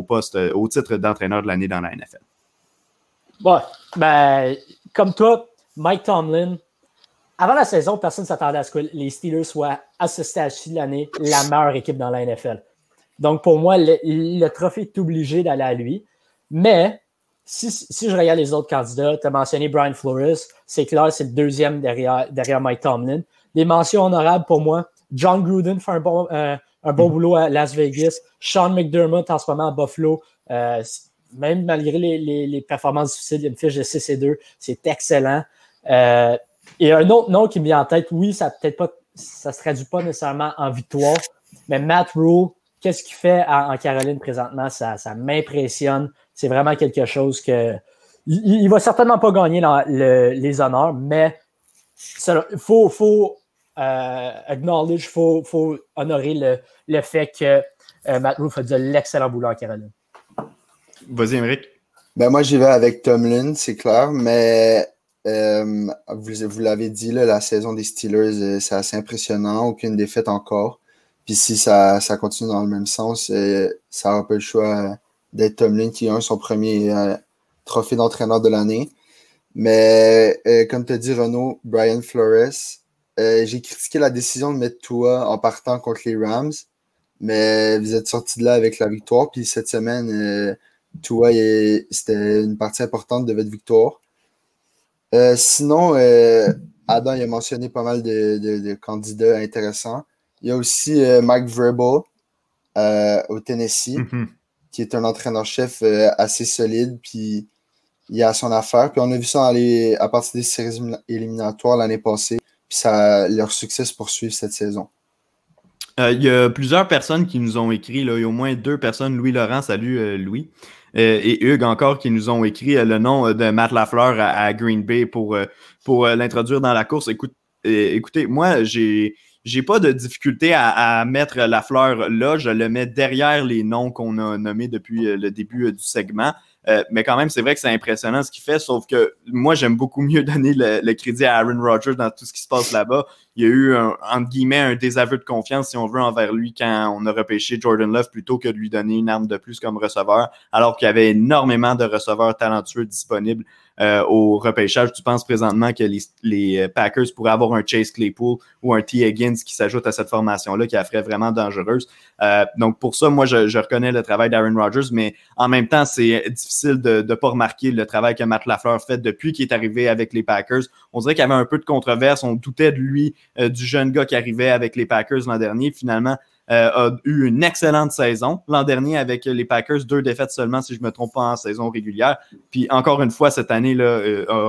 au titre d'entraîneur de l'année dans la NFL. Ouais, ben, comme toi, Mike Tomlin, avant la saison, personne ne s'attendait à ce que les Steelers soient, à ce stage-ci de l'année, la meilleure équipe dans la NFL. Donc, pour moi, le trophée est obligé d'aller à lui. Mais, si je regarde les autres candidats, tu as mentionné Brian Flores, c'est clair, c'est le deuxième derrière Mike Tomlin. Des mentions honorables pour moi. John Gruden fait un bon boulot à Las Vegas. Sean McDermott, en ce moment, à Buffalo. Même malgré les performances difficiles, il y a une fiche de 6-2. C'est excellent. Et un autre nom qui me vient en tête, oui, ça se traduit pas nécessairement en victoire, mais Matt Rhule, qu'est-ce qu'il fait en Caroline présentement? Ça m'impressionne. C'est vraiment quelque chose que... Il va certainement pas gagner les honneurs, mais il faut acknowledge, il faut honorer le fait que Matt Rhule fait de l'excellent boulot en Caroline. Vas-y, Émeric. Ben moi, j'y vais avec Tomlin, c'est clair, mais vous l'avez dit, là, la saison des Steelers, c'est assez impressionnant, aucune défaite encore. Puis si ça continue dans le même sens, ça n'aura pas le choix d'être Tomlin qui a son premier trophée d'entraîneur de l'année. Mais comme tu as dit, Renaud, Brian Flores, j'ai critiqué la décision de mettre Tua en partant contre les Rams, mais vous êtes sortis de là avec la victoire. Puis cette semaine, Tua, c'était une partie importante de votre victoire. Sinon, Adam il a mentionné pas mal de candidats intéressants. Il y a aussi Mike Vrabel au Tennessee, qui est un entraîneur-chef assez solide, puis il a son affaire. Puis on a vu ça à partir des séries éliminatoires l'année passée, puis leur succès se poursuit cette saison. Il y a plusieurs personnes qui nous ont écrit, là, il y a au moins 2 personnes, Louis-Laurent, salut Louis, et Hugues encore, qui nous ont écrit le nom de Matt LaFleur à Green Bay pour l'introduire dans la course. Écoutez, moi, j'ai pas de difficulté à mettre LaFleur là. Je le mets derrière les noms qu'on a nommés depuis le début du segment. Mais quand même, c'est vrai que c'est impressionnant ce qu'il fait, sauf que moi, j'aime beaucoup mieux donner le crédit à Aaron Rodgers dans tout ce qui se passe là-bas. Il y a eu, entre guillemets, un désaveu de confiance, si on veut, envers lui quand on a repêché Jordan Love plutôt que de lui donner une arme de plus comme receveur, alors qu'il y avait énormément de receveurs talentueux disponibles au repêchage. Tu penses présentement que les Packers pourraient avoir un Chase Claypool ou un T. Higgins qui s'ajoute à cette formation-là, qui la ferait vraiment dangereuse. Donc, pour ça, moi, je reconnais le travail d'Aaron Rodgers, mais en même temps, c'est difficile de ne pas remarquer le travail que Matt LaFleur fait depuis qu'il est arrivé avec les Packers. On dirait qu'il y avait un peu de controverse. On doutait de lui, du jeune gars qui arrivait avec les Packers l'an dernier. Finalement, a eu une excellente saison. L'an dernier, avec les Packers, 2 défaites seulement, si je ne me trompe pas, en saison régulière. Puis encore une fois, cette année, là,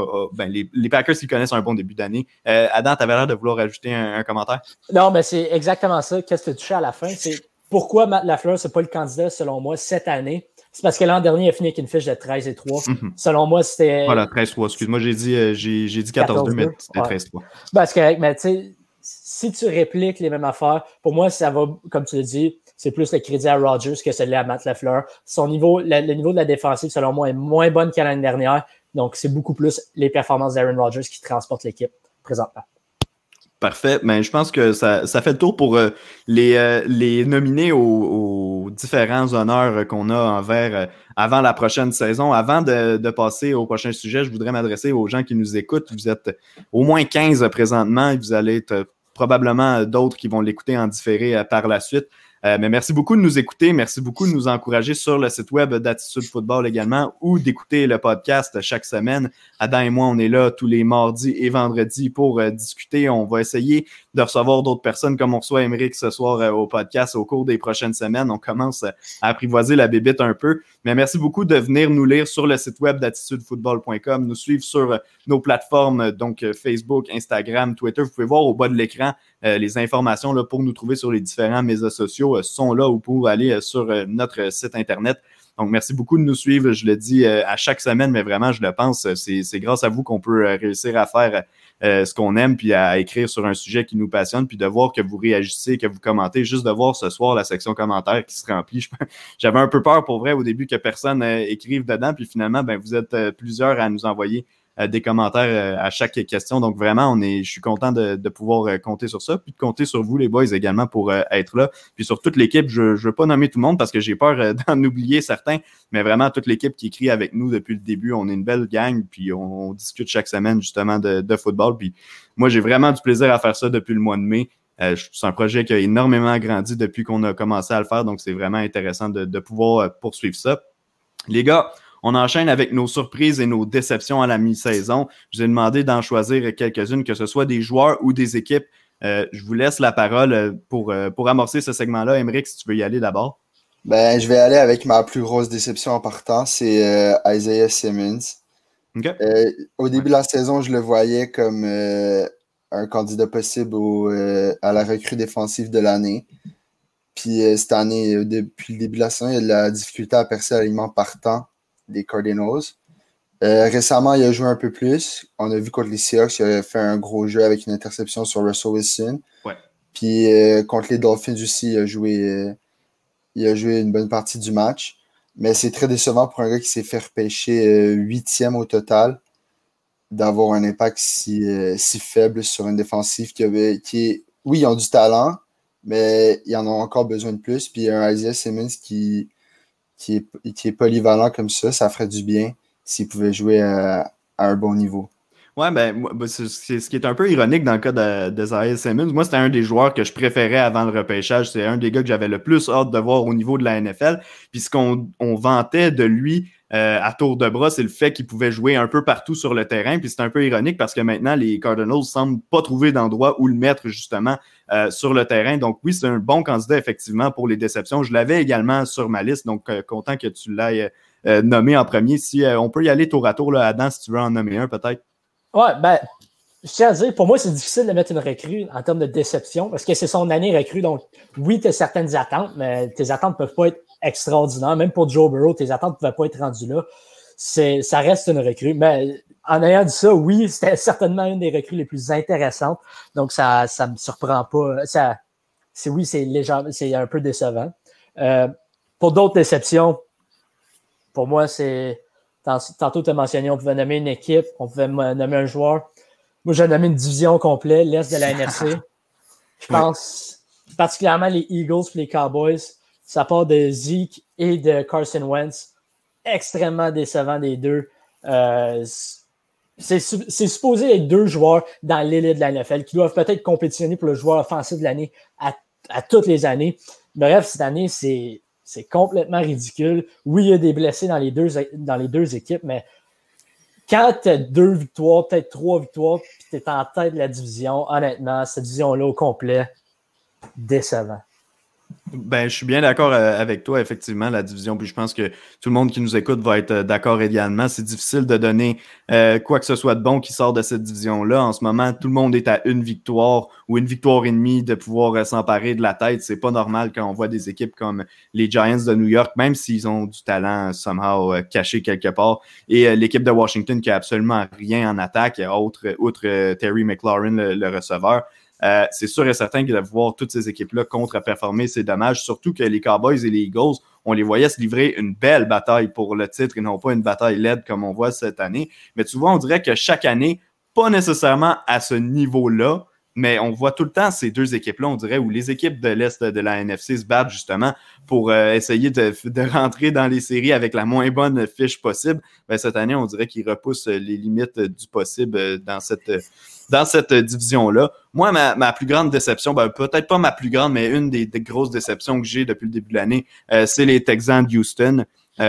les Packers, ils connaissent un bon début d'année. Adam, tu avais l'air de vouloir ajouter un commentaire? Non, mais c'est exactement ça. Qu'est-ce que tu touches à la fin? C'est pourquoi Matt LaFleur, c'est pas le candidat, selon moi, cette année. C'est parce que l'an dernier, il a fini avec une fiche de 13-3. Selon moi, c'était... Voilà, 13-3. Excuse-moi, j'ai dit 14-2, mais c'était 13-3. Ben, c'est correct, mais tu sais, si tu répliques les mêmes affaires, pour moi, ça va, comme tu l'as dit, c'est plus le crédit à Rodgers que celui à Matt LaFleur. Son niveau, le niveau de la défensive, selon moi, est moins bonne qu'à l'année dernière. Donc, c'est beaucoup plus les performances d'Aaron Rodgers qui transportent l'équipe présentement. Parfait. Ben, je pense que ça fait le tour pour les nominés aux différents honneurs qu'on a avant la prochaine saison. Avant de passer au prochain sujet, je voudrais m'adresser aux gens qui nous écoutent. Vous êtes au moins 15 présentement et vous allez être probablement d'autres qui vont l'écouter en différé par la suite. Mais merci beaucoup de nous écouter. Merci beaucoup de nous encourager sur le site web d'Attitude Football également ou d'écouter le podcast chaque semaine. Adam et moi, on est là tous les mardis et vendredis pour discuter. On va essayer de recevoir d'autres personnes comme on reçoit Émeric ce soir au podcast au cours des prochaines semaines. On commence à apprivoiser la bébite un peu. Mais merci beaucoup de venir nous lire sur le site web d'attitudefootball.com, nous suivre sur nos plateformes, donc Facebook, Instagram, Twitter. Vous pouvez voir au bas de l'écran les informations là, pour nous trouver sur les différents médias sociaux sont là ou pour aller sur notre site Internet. Donc, merci beaucoup de nous suivre. Je le dis à chaque semaine, mais vraiment, je le pense, c'est grâce à vous qu'on peut réussir à faire ce qu'on aime, puis à écrire sur un sujet qui nous passionne, puis de voir que vous réagissez, que vous commentez. Juste de voir ce soir la section commentaires qui se remplit. J'avais un peu peur pour vrai au début que personne écrive dedans, puis finalement, ben, vous êtes plusieurs à nous envoyer des commentaires à chaque question. Donc vraiment, je suis content de pouvoir compter sur ça, puis de compter sur vous, les boys, également pour être là. Puis sur toute l'équipe, je ne veux pas nommer tout le monde parce que j'ai peur d'en oublier certains, mais vraiment toute l'équipe qui écrit avec nous depuis le début. On est une belle gang, puis on discute chaque semaine justement de football. Puis moi, j'ai vraiment du plaisir à faire ça depuis le mois de mai. C'est un projet qui a énormément grandi depuis qu'on a commencé à le faire, donc c'est vraiment intéressant de pouvoir poursuivre ça. Les gars, on enchaîne avec nos surprises et nos déceptions à la mi-saison. Je vous ai demandé d'en choisir quelques-unes, que ce soit des joueurs ou des équipes. Je vous laisse la parole pour amorcer ce segment-là. Émeric, si tu veux y aller d'abord. Ben, je vais aller avec ma plus grosse déception en partant, c'est Isaiah Simmons. Okay. Au début de la saison, je le voyais comme un candidat possible à la recrue défensive de l'année. Puis cette année, depuis le début de la saison, il a de la difficulté à percer l'alignement partant des Cardinals. Récemment, il a joué un peu plus. On a vu contre les Seahawks, il a fait un gros jeu avec une interception sur Russell Wilson. Ouais. Puis contre les Dolphins aussi, il a joué une bonne partie du match. Mais c'est très décevant pour un gars qui s'est fait repêcher 8e au total d'avoir un impact si faible sur une défensive oui, ils ont du talent, mais ils en ont encore besoin de plus. Puis un Isaiah Simmons qui est polyvalent comme ça ferait du bien s'il pouvait jouer à un bon niveau. Ouais, c'est ce qui est un peu ironique dans le cas d'Isaiah Simmons. Moi, c'était un des joueurs que je préférais avant le repêchage. C'est un des gars que j'avais le plus hâte de voir au niveau de la NFL. Puis ce qu'on vantait de lui à tour de bras, c'est le fait qu'il pouvait jouer un peu partout sur le terrain. Puis c'est un peu ironique parce que maintenant, les Cardinals semblent pas trouver d'endroit où le mettre justement sur le terrain. Donc oui, c'est un bon candidat effectivement pour les déceptions. Je l'avais également sur ma liste, donc content que tu l'aies nommé en premier. Si on peut y aller tour à tour, là, Adam, si tu veux en nommer un peut-être. Ouais, je tiens à dire, pour moi, c'est difficile de mettre une recrue en termes de déception parce que c'est son année recrue. Donc, oui, tu as certaines attentes, mais tes attentes ne peuvent pas être extraordinaires. Même pour Joe Burrow, tes attentes ne pouvaient pas être rendues là. Ça reste une recrue. Mais en ayant dit ça, oui, c'était certainement une des recrues les plus intéressantes. Donc, ça me surprend pas. C'est un peu décevant. Pour d'autres déceptions, pour moi, c'est... Tantôt, tu as mentionné, on pouvait nommer une équipe, on pouvait nommer un joueur. Moi, j'ai nommé une division complète, l'Est de la NFC. Je pense particulièrement les Eagles et les Cowboys. Ça part de Zeke et de Carson Wentz. Extrêmement décevant des deux. C'est supposé être deux joueurs dans l'élite de la NFL qui doivent peut-être compétitionner pour le joueur offensif de l'année à toutes les années. Bref, cette année, c'est complètement ridicule. Oui, il y a des blessés dans les deux équipes, mais quand tu as 2 victoires, peut-être 3 victoires, puis tu es en tête de la division, honnêtement, cette division-là au complet, décevant. Je suis bien d'accord avec toi, effectivement, la division. Puis je pense que tout le monde qui nous écoute va être d'accord également. C'est difficile de donner quoi que ce soit de bon qui sort de cette division-là. En ce moment, tout le monde est à une victoire ou une victoire et demie de pouvoir s'emparer de la tête. C'est pas normal quand on voit des équipes comme les Giants de New York, même s'ils ont du talent somehow caché quelque part. Et l'équipe de Washington qui a absolument rien en attaque, outre Terry McLaurin, le receveur. C'est sûr et certain que de voir toutes ces équipes-là contre-performer, c'est dommage. Surtout que les Cowboys et les Eagles, on les voyait se livrer une belle bataille pour le titre et non pas une bataille laide comme on voit cette année. Mais tu vois, on dirait que chaque année, pas nécessairement à ce niveau-là, mais on voit tout le temps ces deux équipes-là, on dirait, où les équipes de l'Est de la NFC se battent justement pour essayer de rentrer dans les séries avec la moins bonne fiche possible. Cette année, on dirait qu'ils repoussent les limites du possible dans cette division-là. Moi, ma plus grande déception, peut-être pas ma plus grande, mais une des grosses déceptions que j'ai depuis le début de l'année, c'est les Texans de Houston.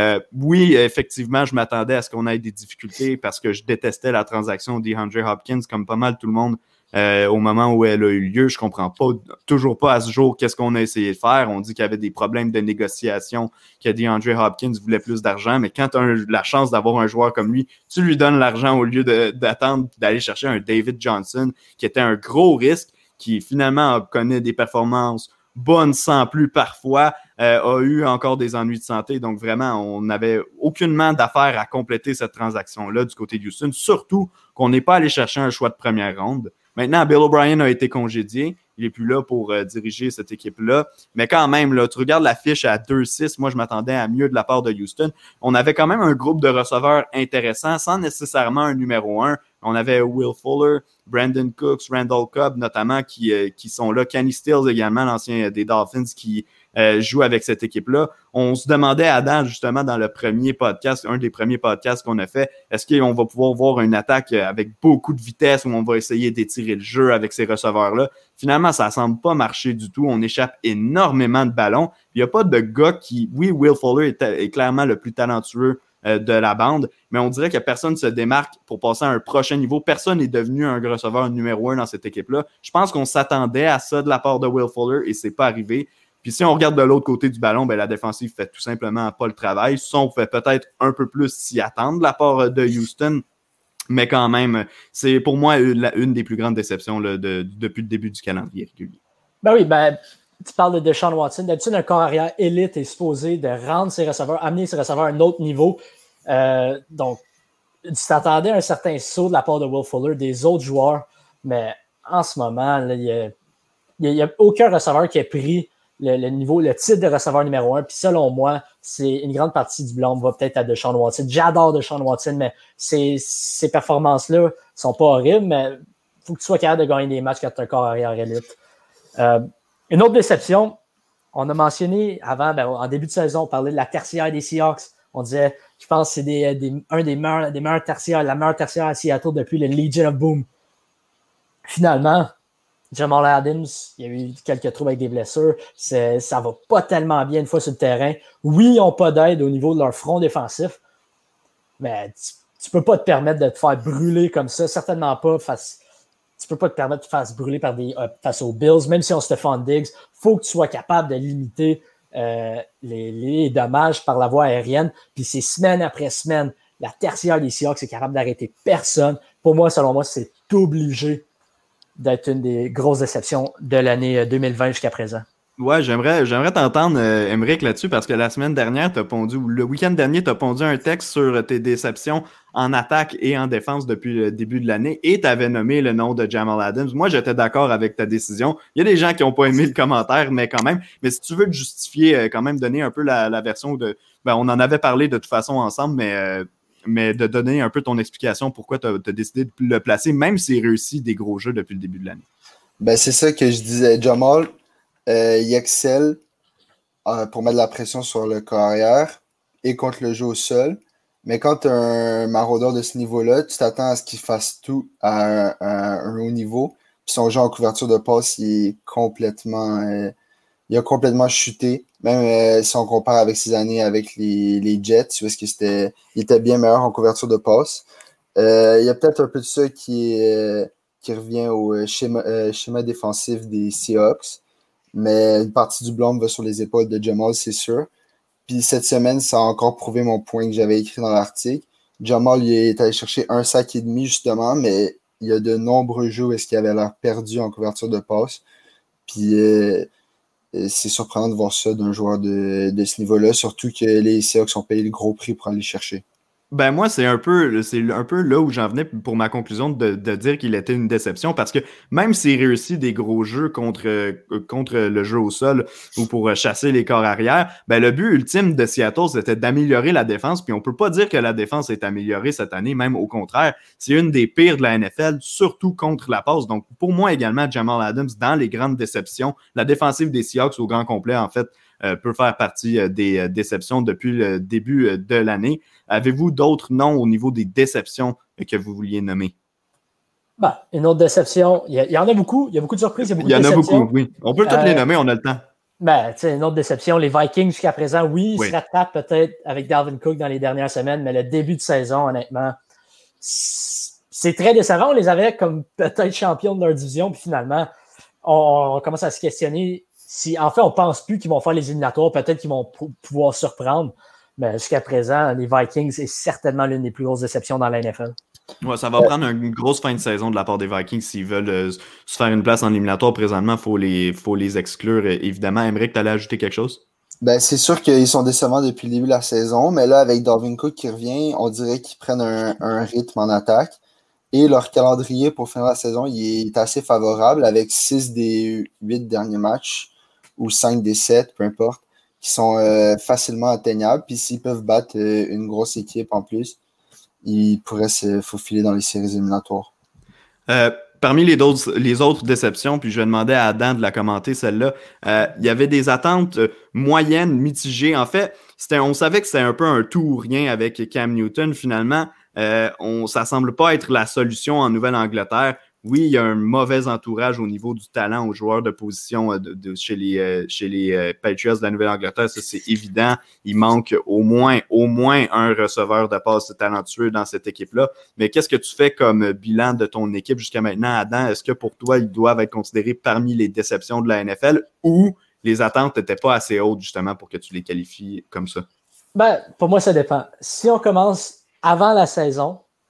Oui, effectivement, je m'attendais à ce qu'on ait des difficultés parce que je détestais la transaction DeAndre Hopkins, comme pas mal tout le monde au moment où elle a eu lieu. Je comprends toujours pas à ce jour qu'est-ce qu'on a essayé de faire. On dit qu'il y avait des problèmes de négociation, que DeAndre Hopkins voulait plus d'argent, mais quand tu as la chance d'avoir un joueur comme lui, tu lui donnes l'argent au lieu d'attendre d'aller chercher un David Johnson, qui était un gros risque, qui finalement connaît des performances bonnes sans plus parfois, a eu encore des ennuis de santé. Donc vraiment, on n'avait aucunement d'affaires à compléter cette transaction-là du côté de Houston, surtout qu'on n'est pas allé chercher un choix de première ronde. Maintenant, Bill O'Brien a été congédié. Il n'est plus là pour diriger cette équipe-là. Mais quand même, là, tu regardes la fiche à 2-6. Moi, je m'attendais à mieux de la part de Houston. On avait quand même un groupe de receveurs intéressants, sans nécessairement un numéro 1. On avait Will Fuller, Brandon Cooks, Randall Cobb notamment qui sont là. Kenny Stills également, l'ancien des Dolphins qui joue avec cette équipe-là. On se demandait, Adam, justement, dans le premier podcast, un des premiers podcasts qu'on a fait, est-ce qu'on va pouvoir voir une attaque avec beaucoup de vitesse où on va essayer d'étirer le jeu avec ces receveurs-là? Finalement, ça semble pas marcher du tout. On échappe énormément de ballons. Il n'y a pas de gars qui... Oui, Will Fuller est clairement le plus talentueux de la bande, mais on dirait que personne ne se démarque pour passer à un prochain niveau. Personne n'est devenu un receveur numéro 1 dans cette équipe-là. Je pense qu'on s'attendait à ça de la part de Will Fuller et c'est pas arrivé. Puis si on regarde de l'autre côté du ballon, la défensive fait tout simplement pas le travail. Ça, on pouvait peut-être un peu plus s'y attendre de la part de Houston. Mais quand même, c'est pour moi une des plus grandes déceptions là, depuis le début du calendrier régulier. Ben oui, tu parles de Deshaun Watson. D'habitude, un corps arrière élite est supposé de rendre ses receveurs, amener ses receveurs à un autre niveau. Donc, tu t'attendais à un certain saut de la part de Will Fuller, des autres joueurs, mais en ce moment, il n'y a aucun receveur qui a pris le titre de receveur numéro 1. Puis selon moi, c'est une grande partie du blâme va peut-être à Deshaun Watson. J'adore Deshaun Watson, mais ces performances-là ne sont pas horribles, mais il faut que tu sois capable de gagner des matchs quand tu as un corps arrière élite. Une autre déception, on a mentionné avant, en début de saison, on parlait de la tertiaire des Seahawks. On disait, je pense que c'est un des meilleurs tertiaires, la meilleure tertiaire à Seattle depuis le Legion of Boom. Finalement, Jamal Adams, il y a eu quelques troubles avec des blessures. Ça va pas tellement bien une fois sur le terrain. Oui, ils n'ont pas d'aide au niveau de leur front défensif, mais tu peux pas te permettre de te faire brûler comme ça. Certainement pas tu peux pas te permettre de te faire brûler face aux Bills, même si on Stephon Diggs. Il faut que tu sois capable de limiter les dommages par la voie aérienne. Puis c'est semaine après semaine, la tertiaire des Seahawks est capable d'arrêter personne. Pour moi, selon moi, c'est obligé d'être une des grosses déceptions de l'année 2020 jusqu'à présent. Ouais, j'aimerais t'entendre, Émeric, là-dessus, parce que la semaine dernière, le week-end dernier, tu as pondu un texte sur tes déceptions en attaque et en défense depuis le début de l'année et tu avais nommé le nom de Jamal Adams. Moi, j'étais d'accord avec ta décision. Il y a des gens qui n'ont pas aimé le commentaire, mais quand même. Mais si tu veux te justifier, quand même donner un peu la version de... on en avait parlé de toute façon ensemble, mais de donner un peu ton explication pourquoi tu as décidé de le placer, même s'il réussit des gros jeux depuis le début de l'année. C'est ça que je disais. Jamal, il excelle pour mettre de la pression sur le carrière et contre le jeu au sol. Mais quand tu as un maraudeur de ce niveau-là, tu t'attends à ce qu'il fasse tout à un haut niveau. Puis son jeu en couverture de passe, il a complètement chuté. Même si on compare avec ses années avec les Jets, tu vois, il était bien meilleur en couverture de passe. Il y a peut-être un peu de ça qui revient au schéma défensif des Seahawks. Mais une partie du blâme va sur les épaules de Jamal, c'est sûr. Puis cette semaine, ça a encore prouvé mon point que j'avais écrit dans l'article. Jamal, il est allé chercher 1,5 sac, justement, mais il y a de nombreux jeux où est-ce qu'il avait l'air perdu en couverture de passe. Puis c'est surprenant de voir ça d'un joueur de ce niveau-là, surtout que les Seahawks ont payé le gros prix pour aller le chercher. Moi, c'est un peu là où j'en venais pour ma conclusion de dire qu'il était une déception parce que même s'il réussit des gros jeux contre le jeu au sol ou pour chasser les corps arrière, le but ultime de Seattle, c'était d'améliorer la défense. Puis on peut pas dire que la défense est améliorée cette année, même au contraire. C'est une des pires de la NFL, surtout contre la passe. Donc pour moi également, Jamal Adams, dans les grandes déceptions, la défensive des Seahawks au grand complet, en fait, peut faire partie des déceptions depuis le début de l'année. Avez-vous d'autres noms au niveau des déceptions que vous vouliez nommer? Une autre déception, il y en a beaucoup. Il y a beaucoup de surprises, il y a beaucoup de déceptions. Il y en a beaucoup, oui. On peut toutes les nommer, on a le temps. Une autre déception, les Vikings jusqu'à présent, oui, ils se rattrapent peut-être avec Dalvin Cook dans les dernières semaines, mais le début de saison, honnêtement, c'est très décevant. On les avait comme peut-être champions de leur division, puis finalement, on commence à se questionner si, en fait, on pense plus qu'ils vont faire les éliminatoires, peut-être qu'ils vont pouvoir surprendre. Mais jusqu'à présent, les Vikings, c'est certainement l'une des plus grosses déceptions dans la NFL. Ouais, ça va prendre une grosse fin de saison de la part des Vikings s'ils veulent se faire une place en éliminatoire. Présentement, il faut les exclure, évidemment. Émeric, tu allais ajouter quelque chose? C'est sûr qu'ils sont décevants depuis le début de la saison, mais là, avec Dalvin Cook qui revient, on dirait qu'ils prennent un rythme en attaque. Et leur calendrier pour finir la saison, il est assez favorable avec 6 des 8 derniers matchs ou 5 des 7, peu importe, qui sont facilement atteignables. Puis s'ils peuvent battre une grosse équipe en plus, ils pourraient se faufiler dans les séries éliminatoires. Parmi les autres déceptions, puis je vais demander à Adam de la commenter, celle-là, il y avait des attentes moyennes, mitigées. En fait, on savait que c'était un peu un tout ou rien avec Cam Newton. Finalement, ça semble pas être la solution en Nouvelle-Angleterre. Oui, il y a un mauvais entourage au niveau du talent aux joueurs de position chez les Patriots de la Nouvelle-Angleterre, ça c'est évident. Il manque au moins un receveur de passe talentueux dans cette équipe-là. Mais qu'est-ce que tu fais comme bilan de ton équipe jusqu'à maintenant, Adam? Est-ce que pour toi, ils doivent être considérés parmi les déceptions de la NFL ou les attentes n'étaient pas assez hautes justement pour que tu les qualifies comme ça? Pour moi, ça dépend. Si on commence avant la saison,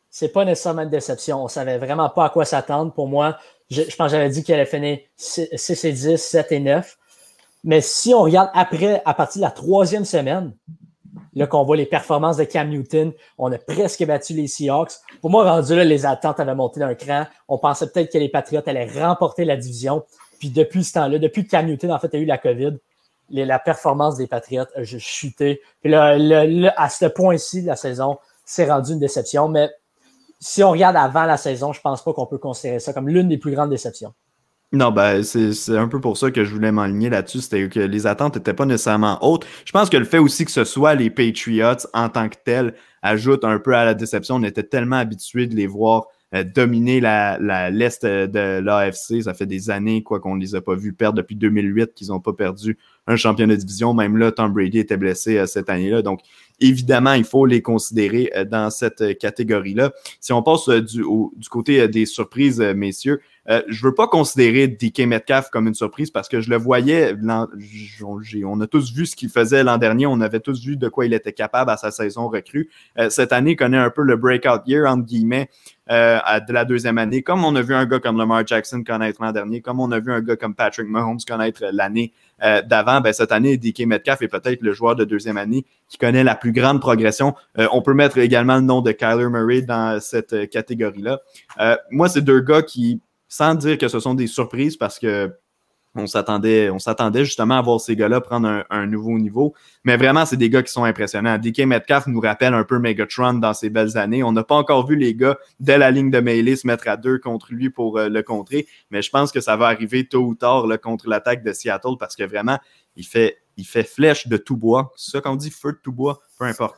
c'est pas nécessairement une déception. On savait vraiment pas à quoi s'attendre. Pour moi, je pense que j'avais dit qu'il allait finir 6 et 10, 7 et 9. Mais si on regarde après, à partir de la 3e semaine, là qu'on voit les performances de Cam Newton, on a presque battu les Seahawks. Pour moi, rendu là, les attentes avaient monté d'un cran. On pensait peut-être que les Patriots allaient remporter la division. Puis depuis ce temps-là, depuis que Cam Newton, en fait, a eu la COVID, la performance des Patriots a juste chuté. Puis là, à ce point-ci de la saison, c'est rendu une déception. Mais si on regarde avant la saison, je pense pas qu'on peut considérer ça comme l'une des plus grandes déceptions. Non, ben, c'est un peu pour ça que je voulais m'aligner là-dessus. C'était que les attentes n'étaient pas nécessairement hautes. Je pense que le fait aussi que ce soit les Patriots en tant que tels ajoute un peu à la déception. On était tellement habitués de les voir dominer l'Est de l'AFC. Ça fait des années qu'on ne les a pas vus perdre depuis 2008, qu'ils n'ont pas perdu un championnat de division. Même là, Tom Brady était blessé cette année-là. Donc, évidemment, il faut les considérer dans cette catégorie-là. Si on passe du côté des surprises, messieurs, je veux pas considérer DK Metcalf comme une surprise parce que je le voyais, on a tous vu ce qu'il faisait l'an dernier, on avait tous vu de quoi il était capable à sa saison recrue. Cette année, il connaît un peu le breakout year, entre guillemets, de la 2e année, comme on a vu un gars comme Lamar Jackson connaître l'an dernier, comme on a vu un gars comme Patrick Mahomes connaître l'année d'avant. Ben, cette année, DK Metcalf est peut-être le joueur de 2e année qui connaît la plus grande progression. On peut mettre également le nom de Kyler Murray dans cette catégorie-là. Moi, c'est 2 gars qui, sans dire que ce sont des surprises parce que on s'attendait justement à voir ces gars-là prendre un nouveau niveau. Mais vraiment, c'est des gars qui sont impressionnants. DK Metcalf nous rappelle un peu Megatron dans ses belles années. On n'a pas encore vu les gars de la ligne de mêlée se mettre à 2 contre lui pour le contrer. Mais je pense que ça va arriver tôt ou tard là, contre l'attaque de Seattle parce que vraiment, il fait flèche de tout bois. C'est ça qu'on dit, feu de tout bois? Peu importe.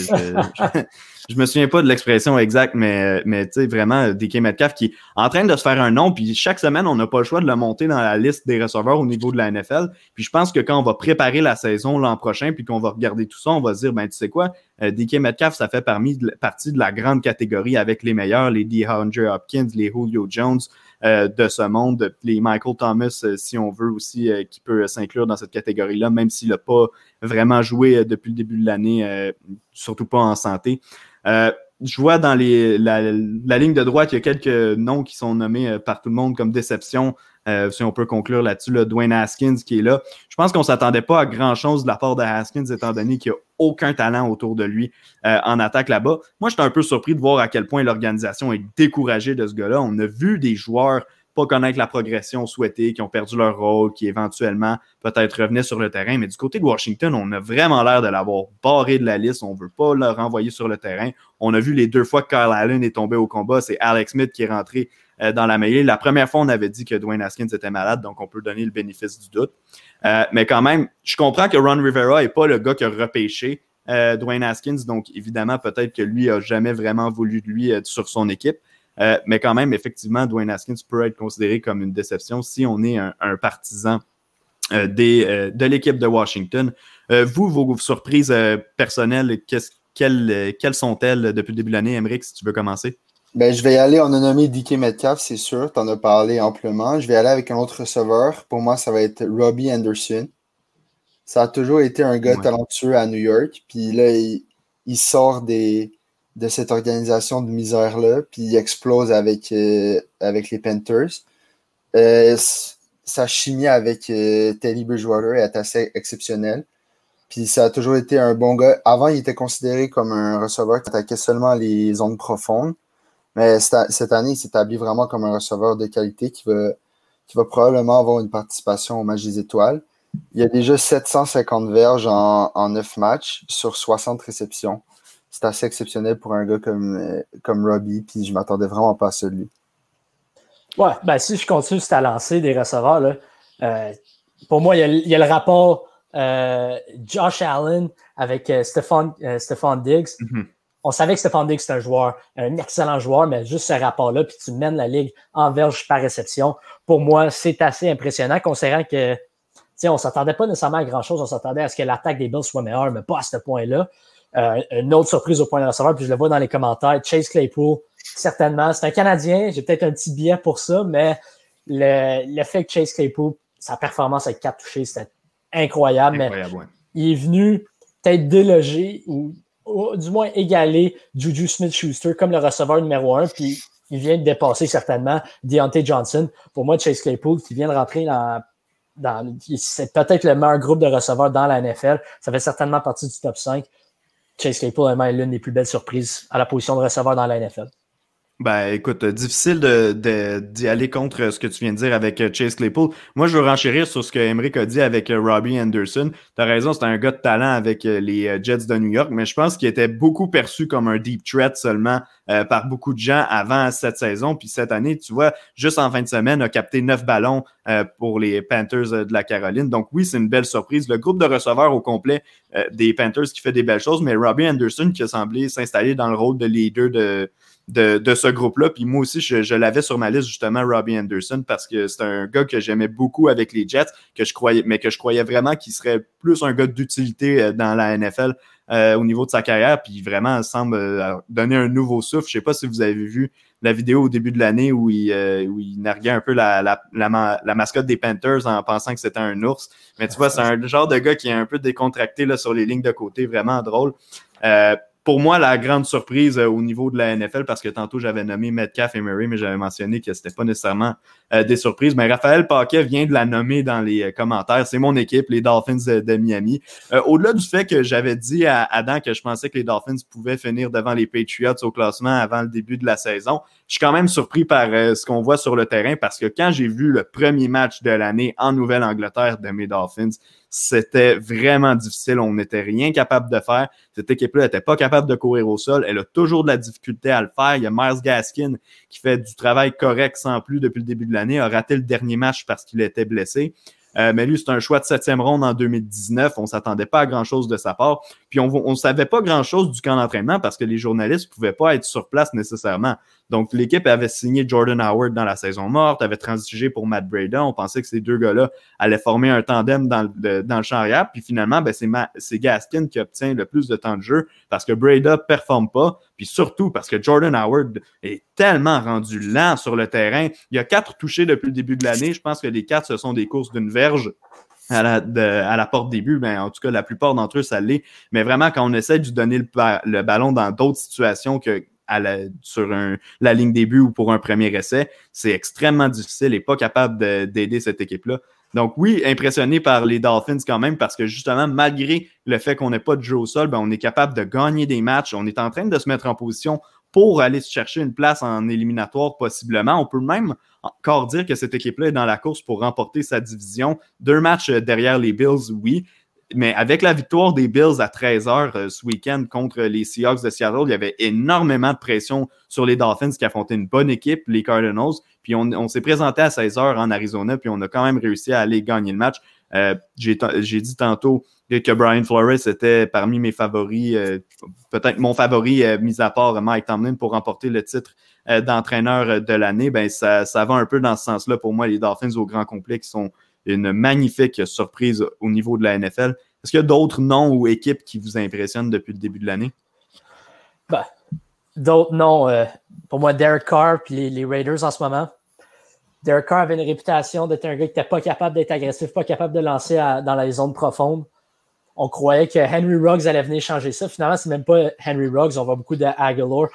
Je me souviens pas de l'expression exacte, mais tu sais, vraiment, DK Metcalf qui est en train de se faire un nom, puis chaque semaine, on n'a pas le choix de le monter dans la liste des receveurs au niveau de la NFL. Puis je pense que quand on va préparer la saison l'an prochain, puis qu'on va regarder tout ça, on va se dire, ben tu sais quoi, DK Metcalf, ça fait partie de la grande catégorie avec les meilleurs, les DeAndre Hopkins, les Julio Jones, de ce monde, les Michael Thomas, si on veut aussi, qui peut s'inclure dans cette catégorie-là, même s'il n'a pas vraiment joué depuis le début de l'année, surtout pas en santé. Je vois dans la ligne de droite, il y a quelques noms qui sont nommés par tout le monde comme déception. Si on peut conclure là-dessus, là, Dwayne Haskins qui est là. Je pense qu'on ne s'attendait pas à grand-chose de la part de Haskins, étant donné qu'il n'y a aucun talent autour de lui en attaque là-bas. Moi, j'étais un peu surpris de voir à quel point l'organisation est découragée de ce gars-là. On a vu des joueurs pas connaître la progression souhaitée, qui ont perdu leur rôle, qui éventuellement peut-être revenaient sur le terrain. Mais du côté de Washington, on a vraiment l'air de l'avoir barré de la liste. On ne veut pas le renvoyer sur le terrain. On a vu les 2 fois que Kyle Allen est tombé au combat. C'est Alex Smith qui est rentré dans la mêlée. La première fois, on avait dit que Dwayne Haskins était malade, donc on peut donner le bénéfice du doute. Mais quand même, je comprends que Ron Rivera n'est pas le gars qui a repêché Dwayne Haskins, donc évidemment, peut-être que lui n'a jamais vraiment voulu de lui sur son équipe. Mais quand même, effectivement, Dwayne Haskins peut être considéré comme une déception si on est un partisan de l'équipe de Washington. Vos surprises personnelles, quelles sont-elles depuis le début de l'année, Aymeric, si tu veux commencer? Ben, je vais y aller, on a nommé DK Metcalf, c'est sûr, tu en as parlé amplement. Je vais aller avec un autre receveur. Pour moi, ça va être Robbie Anderson. Ça a toujours été un gars talentueux à New York. Puis là, il sort de cette organisation de misère-là, puis il explose avec les Panthers. Sa chimie avec Teddy Bridgewater est assez exceptionnelle. Puis ça a toujours été un bon gars. Avant, il était considéré comme un receveur qui attaquait seulement les zones profondes. Mais cette année, il s'établit vraiment comme un receveur de qualité qui va probablement avoir une participation au match des étoiles. Il a déjà 750 verges en 9 matchs sur 60 réceptions. C'est assez exceptionnel pour un gars comme Robbie, puis je m'attendais vraiment pas à ça de lui. Ouais, ben si je continue à lancer des receveurs, là, pour moi, il y a le rapport Josh Allen avec Stephon Diggs. Mm-hmm. On savait que Stephon Diggs, c'est un excellent joueur, mais juste ce rapport-là, puis tu mènes la ligue en verge par réception. Pour moi, c'est assez impressionnant, considérant que on ne s'attendait pas nécessairement à grand-chose. On s'attendait à ce que l'attaque des Bills soit meilleure, mais pas à ce point-là. Une autre surprise au point de receveur, puis je le vois dans les commentaires, Chase Claypool, certainement. C'est un Canadien, j'ai peut-être un petit biais pour ça, mais le fait que Chase Claypool, sa performance avec 4 touchés, c'était incroyable. Mais ouais. il est venu peut-être déloger ou du moins égaler Juju Smith-Schuster comme le receveur numéro 1, puis il vient de dépasser certainement Deontay Johnson. Pour moi, Chase Claypool, qui vient de rentrer c'est peut-être le meilleur groupe de receveurs dans la NFL. Ça fait certainement partie du top 5. Chase Claypool est l'une des plus belles surprises à la position de receveur dans la NFL. Ben, écoute, difficile d'y aller contre ce que tu viens de dire avec Chase Claypool. Moi, je veux renchérir sur ce que Emerick a dit avec Robbie Anderson. T'as raison, c'est un gars de talent avec les Jets de New York, mais je pense qu'il était beaucoup perçu comme un deep threat seulement par beaucoup de gens avant cette saison. Puis cette année, tu vois, juste en fin de semaine, a capté 9 ballons pour les Panthers de la Caroline. Donc oui, c'est une belle surprise. Le groupe de receveurs au complet des Panthers qui fait des belles choses, mais Robbie Anderson qui a semblé s'installer dans le rôle de leader de ce groupe-là. Puis moi aussi, je l'avais sur ma liste, justement, Robbie Anderson, parce que c'est un gars que j'aimais beaucoup avec les Jets, que je croyais vraiment qu'il serait plus un gars d'utilité dans la NFL au niveau de sa carrière. Puis vraiment, il semble donner un nouveau souffle. Je sais pas si vous avez vu la vidéo au début de l'année où il narguait un peu la mascotte des Panthers en pensant que c'était un ours. Mais tu vois, c'est un genre de gars qui est un peu décontracté là, sur les lignes de côté, vraiment drôle. Pour moi, la grande surprise au niveau de la NFL, parce que tantôt j'avais nommé Metcalf et Murray, mais j'avais mentionné que c'était pas nécessairement des surprises. Mais Raphaël Paquet vient de la nommer dans les commentaires. C'est mon équipe, les Dolphins de Miami. Au-delà du fait que j'avais dit à Adam que je pensais que les Dolphins pouvaient finir devant les Patriots au classement avant le début de la saison, je suis quand même surpris par ce qu'on voit sur le terrain, parce que quand j'ai vu le premier match de l'année en Nouvelle-Angleterre de mes Dolphins, c'était vraiment difficile. On n'était rien capable de faire. Cette équipe-là n'était pas capable de courir au sol. Elle a toujours de la difficulté à le faire. Il y a Myles Gaskin qui fait du travail correct sans plus depuis le début de l'année, a raté le dernier match parce qu'il était blessé. Mais lui, c'est un choix de 7e ronde en 2019. On s'attendait pas à grand-chose de sa part. Puis on savait pas grand-chose du camp d'entraînement parce que les journalistes pouvaient pas être sur place nécessairement. Donc, l'équipe avait signé Jordan Howard dans la saison morte, avait transigé pour Matt Breida. On pensait que ces deux gars-là allaient former un tandem dans le champ arrière. Puis finalement, c'est Gaskin qui obtient le plus de temps de jeu parce que Breida performe pas. Puis surtout parce que Jordan Howard est tellement rendu lent sur le terrain. Il y a 4 touchés depuis le début de l'année. Je pense que les 4, ce sont des courses d'une verge à la porte des buts. Ben, en tout cas, la plupart d'entre eux, ça l'est. Mais vraiment, quand on essaie de lui donner le ballon dans d'autres situations que sur la ligne des buts ou pour un premier essai, c'est extrêmement difficile et pas capable d'aider cette équipe-là. Donc oui, impressionné par les Dolphins quand même, parce que justement, malgré le fait qu'on n'ait pas de jeu au sol, ben, on est capable de gagner des matchs. On est en train de se mettre en position pour aller se chercher une place en éliminatoire possiblement. On peut même encore dire que cette équipe-là est dans la course pour remporter sa division. 2 matchs derrière les Bills, oui. Mais avec la victoire des Bills à 13h ce week-end contre les Seahawks de Seattle, il y avait énormément de pression sur les Dolphins qui affrontaient une bonne équipe, les Cardinals. Puis on s'est présenté à 16h en Arizona, puis on a quand même réussi à aller gagner le match. J'ai dit tantôt que Brian Flores était parmi mes favoris, peut-être mon favori, mis à part Mike Tomlin, pour remporter le titre d'entraîneur de l'année. Ben ça va un peu dans ce sens-là pour moi, les Dolphins au grand complet qui sont une magnifique surprise au niveau de la NFL. Est-ce qu'il y a d'autres noms ou équipes qui vous impressionnent depuis le début de l'année? Ben, d'autres noms. Pour moi, Derek Carr et les Raiders en ce moment. Derek Carr avait une réputation d'être un gars qui n'était pas capable d'être agressif, pas capable de lancer dans les zones profondes. On croyait que Henry Ruggs allait venir changer ça. Finalement, c'est même pas Henry Ruggs. On voit beaucoup d'Aguilar.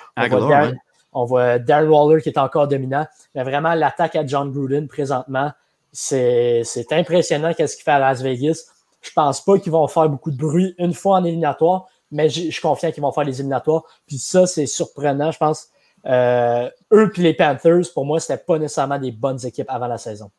On voit Darren Waller qui est encore dominant. Mais vraiment, l'attaque à John Gruden présentement, c'est impressionnant qu'est-ce qu'il fait à Las Vegas. Je pense pas qu'ils vont faire beaucoup de bruit une fois en éliminatoire, mais je suis confiant qu'ils vont faire les éliminatoires. Puis ça, c'est surprenant, je pense. Eux puis les Panthers, pour moi, c'était pas nécessairement des bonnes équipes avant la saison.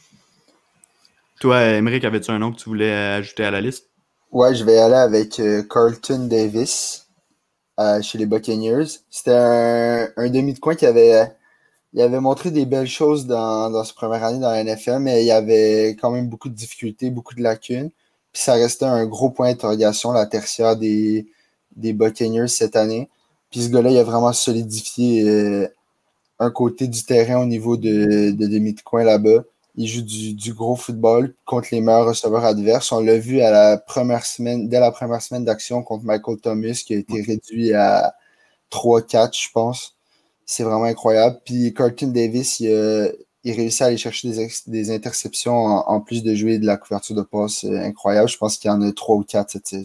Toi, Emerick, avais-tu un nom que tu voulais ajouter à la liste? Ouais, je vais aller avec Carlton Davis chez les Buccaneers. C'était un demi de coin il avait montré des belles choses dans sa première année dans la NFL, mais il y avait quand même beaucoup de difficultés, beaucoup de lacunes. Puis ça restait un gros point d'interrogation, la tertiaire des Buccaneers cette année. Puis ce gars-là, il a vraiment solidifié un côté du terrain au niveau de demi de coin là-bas. Il joue du gros football contre les meilleurs receveurs adverses. On l'a vu dès la première semaine d'action contre Michael Thomas, qui a été réduit à 3-4, je pense. C'est vraiment incroyable. Puis Carlton Davis, il réussit à aller chercher des interceptions en plus de jouer de la couverture de passe incroyable. Je pense qu'il y en a 3 ou 4 cette saison.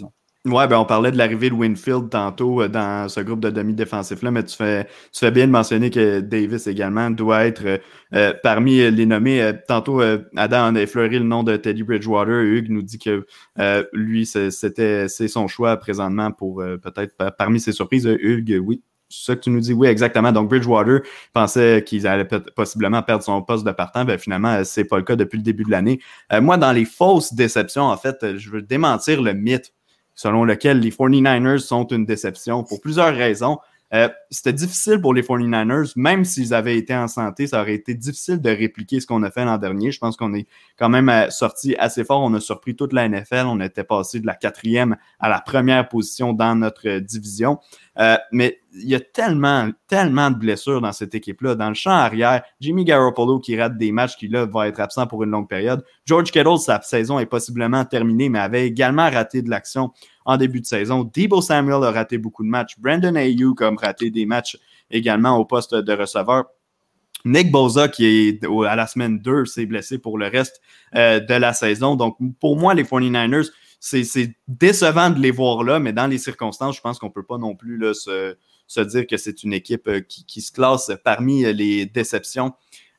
Ouais, ben on parlait de l'arrivée de Winfield tantôt dans ce groupe de demi-défensifs-là, mais tu fais bien de mentionner que Davis également doit être parmi les nommés. Tantôt, Adam a effleuré le nom de Teddy Bridgewater. Hugues nous dit que lui, c'est son choix présentement pour peut-être parmi ses surprises. Hugues, oui. C'est ça que tu nous dis? Oui, exactement. Donc, Bridgewater pensait qu'il allait possiblement perdre son poste de partant. Ben, finalement, c'est pas le cas depuis le début de l'année. Moi, dans les fausses déceptions, en fait, je veux démentir le mythe selon lequel les 49ers sont une déception pour plusieurs raisons. C'était difficile pour les 49ers, même s'ils avaient été en santé, ça aurait été difficile de répliquer ce qu'on a fait l'an dernier. Je pense qu'on est quand même sorti assez fort. On a surpris toute la NFL. On était passé de la 4e à la première position dans notre division. Mais il y a tellement de blessures dans cette équipe-là. Dans le champ arrière, Jimmy Garoppolo qui rate des matchs, qui là va être absent pour une longue période. George Kittle, sa saison est possiblement terminée, mais avait également raté de l'action en début de saison. Deebo Samuel a raté beaucoup de matchs. Brandon Ayuk a raté des matchs également au poste de receveur. Nick Bosa, qui est à la semaine 2, s'est blessé pour le reste de la saison. Donc, pour moi, les 49ers, c'est décevant de les voir là, mais dans les circonstances, je pense qu'on ne peut pas non plus là, se dire que c'est une équipe qui se classe parmi les déceptions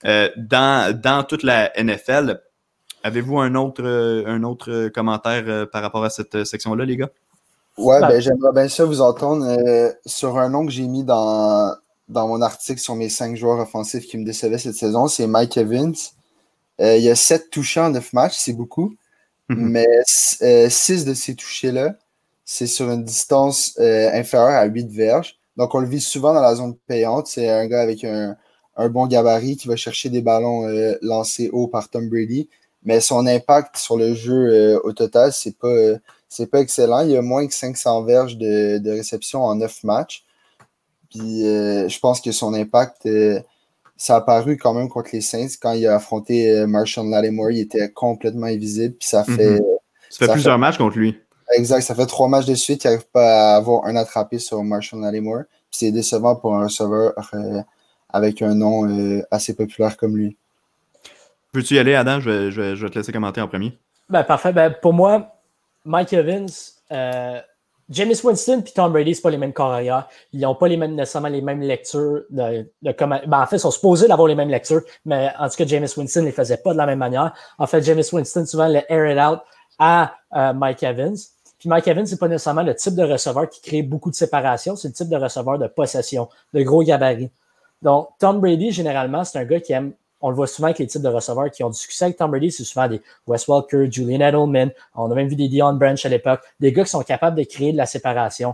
dans toute la NFL. Avez-vous un autre commentaire par rapport à cette section-là, les gars? Ouais, ben j'aimerais bien ça vous entendre sur un nom que j'ai mis dans mon article sur mes 5 joueurs offensifs qui me décevaient cette saison, c'est Mike Evans. Il y a 7 touchés en 9 matchs, c'est beaucoup. Mais 6 de ces touchés-là, c'est sur une distance inférieure à 8 verges. Donc, on le vit souvent dans la zone payante. C'est un gars avec un bon gabarit qui va chercher des ballons lancés haut par Tom Brady. Mais son impact sur le jeu au total, c'est pas excellent. Il y a moins que 500 verges de réception en 9 matchs. Puis, je pense que son impact... ça a apparu quand même contre les Saints. Quand il a affronté Marshall Lattimore, il était complètement invisible. Puis ça fait... Ça fait plusieurs matchs contre lui. Exact. Ça fait 3 matchs de suite qu'il n'arrive pas à avoir un attrapé sur Marshall Lattimore. Puis c'est décevant pour un receveur avec un nom assez populaire comme lui. Veux-tu y aller, Adam? Je vais te laisser commenter en premier. Ben, parfait. Ben, pour moi, Mike Evans... Jameis Winston et Tom Brady, c'est pas les mêmes corps arrière. Ils n'ont pas nécessairement les mêmes lectures de comment. Ben, en fait, ils sont supposés d'avoir les mêmes lectures, mais en tout cas, Jameis Winston ne les faisait pas de la même manière. En fait, Jameis Winston, souvent, le air it out à Mike Evans. Puis Mike Evans, c'est pas nécessairement le type de receveur qui crée beaucoup de séparation, c'est le type de receveur de possession, de gros gabarit. Donc, Tom Brady, généralement, c'est un gars qui aime. On le voit souvent avec les types de receveurs qui ont du succès avec Tom Brady, c'est souvent des Wes Welker, Julian Edelman, on a même vu des Deion Branch à l'époque, des gars qui sont capables de créer de la séparation.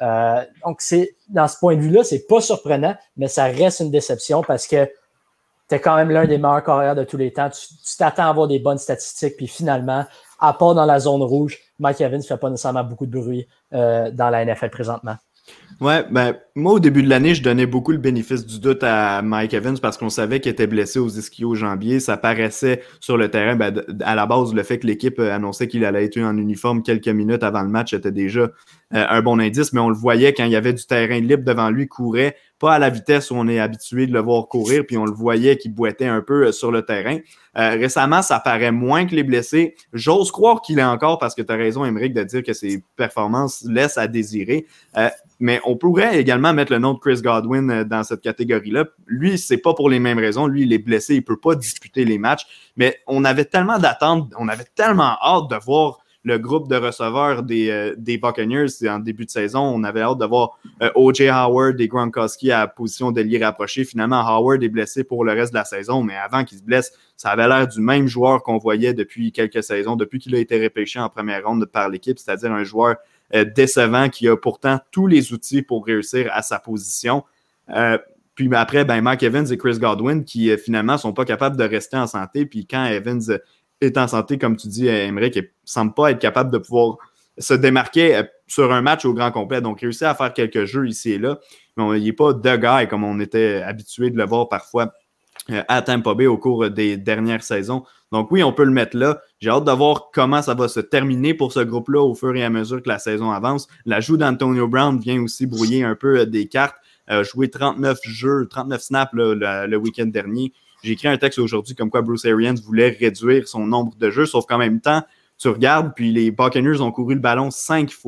Donc, dans ce point de vue-là, c'est pas surprenant, mais ça reste une déception parce que t'es quand même l'un des meilleurs carrières de tous les temps. Tu t'attends à avoir des bonnes statistiques, puis finalement, à part dans la zone rouge, Mike Evans ne fait pas nécessairement beaucoup de bruit dans la NFL présentement. Ouais, ben moi au début de l'année, je donnais beaucoup le bénéfice du doute à Mike Evans parce qu'on savait qu'il était blessé aux ischio-jambiers. Ça paraissait sur le terrain. Ben, à la base, le fait que l'équipe annonçait qu'il allait être en uniforme quelques minutes avant le match était déjà un bon indice, mais on le voyait quand il y avait du terrain libre devant lui, courait pas à la vitesse où on est habitué de le voir courir, puis on le voyait qu'il boitait un peu sur le terrain. Récemment, ça paraît moins que les blessés. J'ose croire qu'il est encore, parce que tu as raison, Émeric, de dire que ses performances laissent à désirer. Mais on pourrait également mettre le nom de Chris Godwin dans cette catégorie-là. Lui, c'est pas pour les mêmes raisons. Lui, il est blessé, il peut pas disputer les matchs. Mais on avait tellement d'attentes, on avait tellement hâte de voir le groupe de receveurs des Buccaneers en début de saison. On avait hâte de voir O.J. Howard et Gronkowski à la position de l'y rapprocher. Finalement, Howard est blessé pour le reste de la saison, mais avant qu'il se blesse, ça avait l'air du même joueur qu'on voyait depuis quelques saisons, depuis qu'il a été repêché en première ronde par l'équipe, c'est-à-dire un joueur décevant qui a pourtant tous les outils pour réussir à sa position. Puis après, Mike Evans et Chris Godwin qui finalement sont pas capables de rester en santé. Puis quand Evans est en santé, comme tu dis, Émeric, il ne semble pas être capable de pouvoir se démarquer sur un match au grand complet. Donc, réussir à faire quelques jeux ici et là. Mais il n'est pas de gars comme on était habitué de le voir parfois à Tampa Bay au cours des dernières saisons. Donc oui, on peut le mettre là. J'ai hâte de voir comment ça va se terminer pour ce groupe-là au fur et à mesure que la saison avance. L'ajout d'Antonio Brown vient aussi brouiller un peu des cartes. Jouer 39 snaps le week-end dernier. J'ai écrit un texte aujourd'hui comme quoi Bruce Arians voulait réduire son nombre de jeux, sauf qu'en même temps, tu regardes, puis les Buccaneers ont couru le ballon 5 fois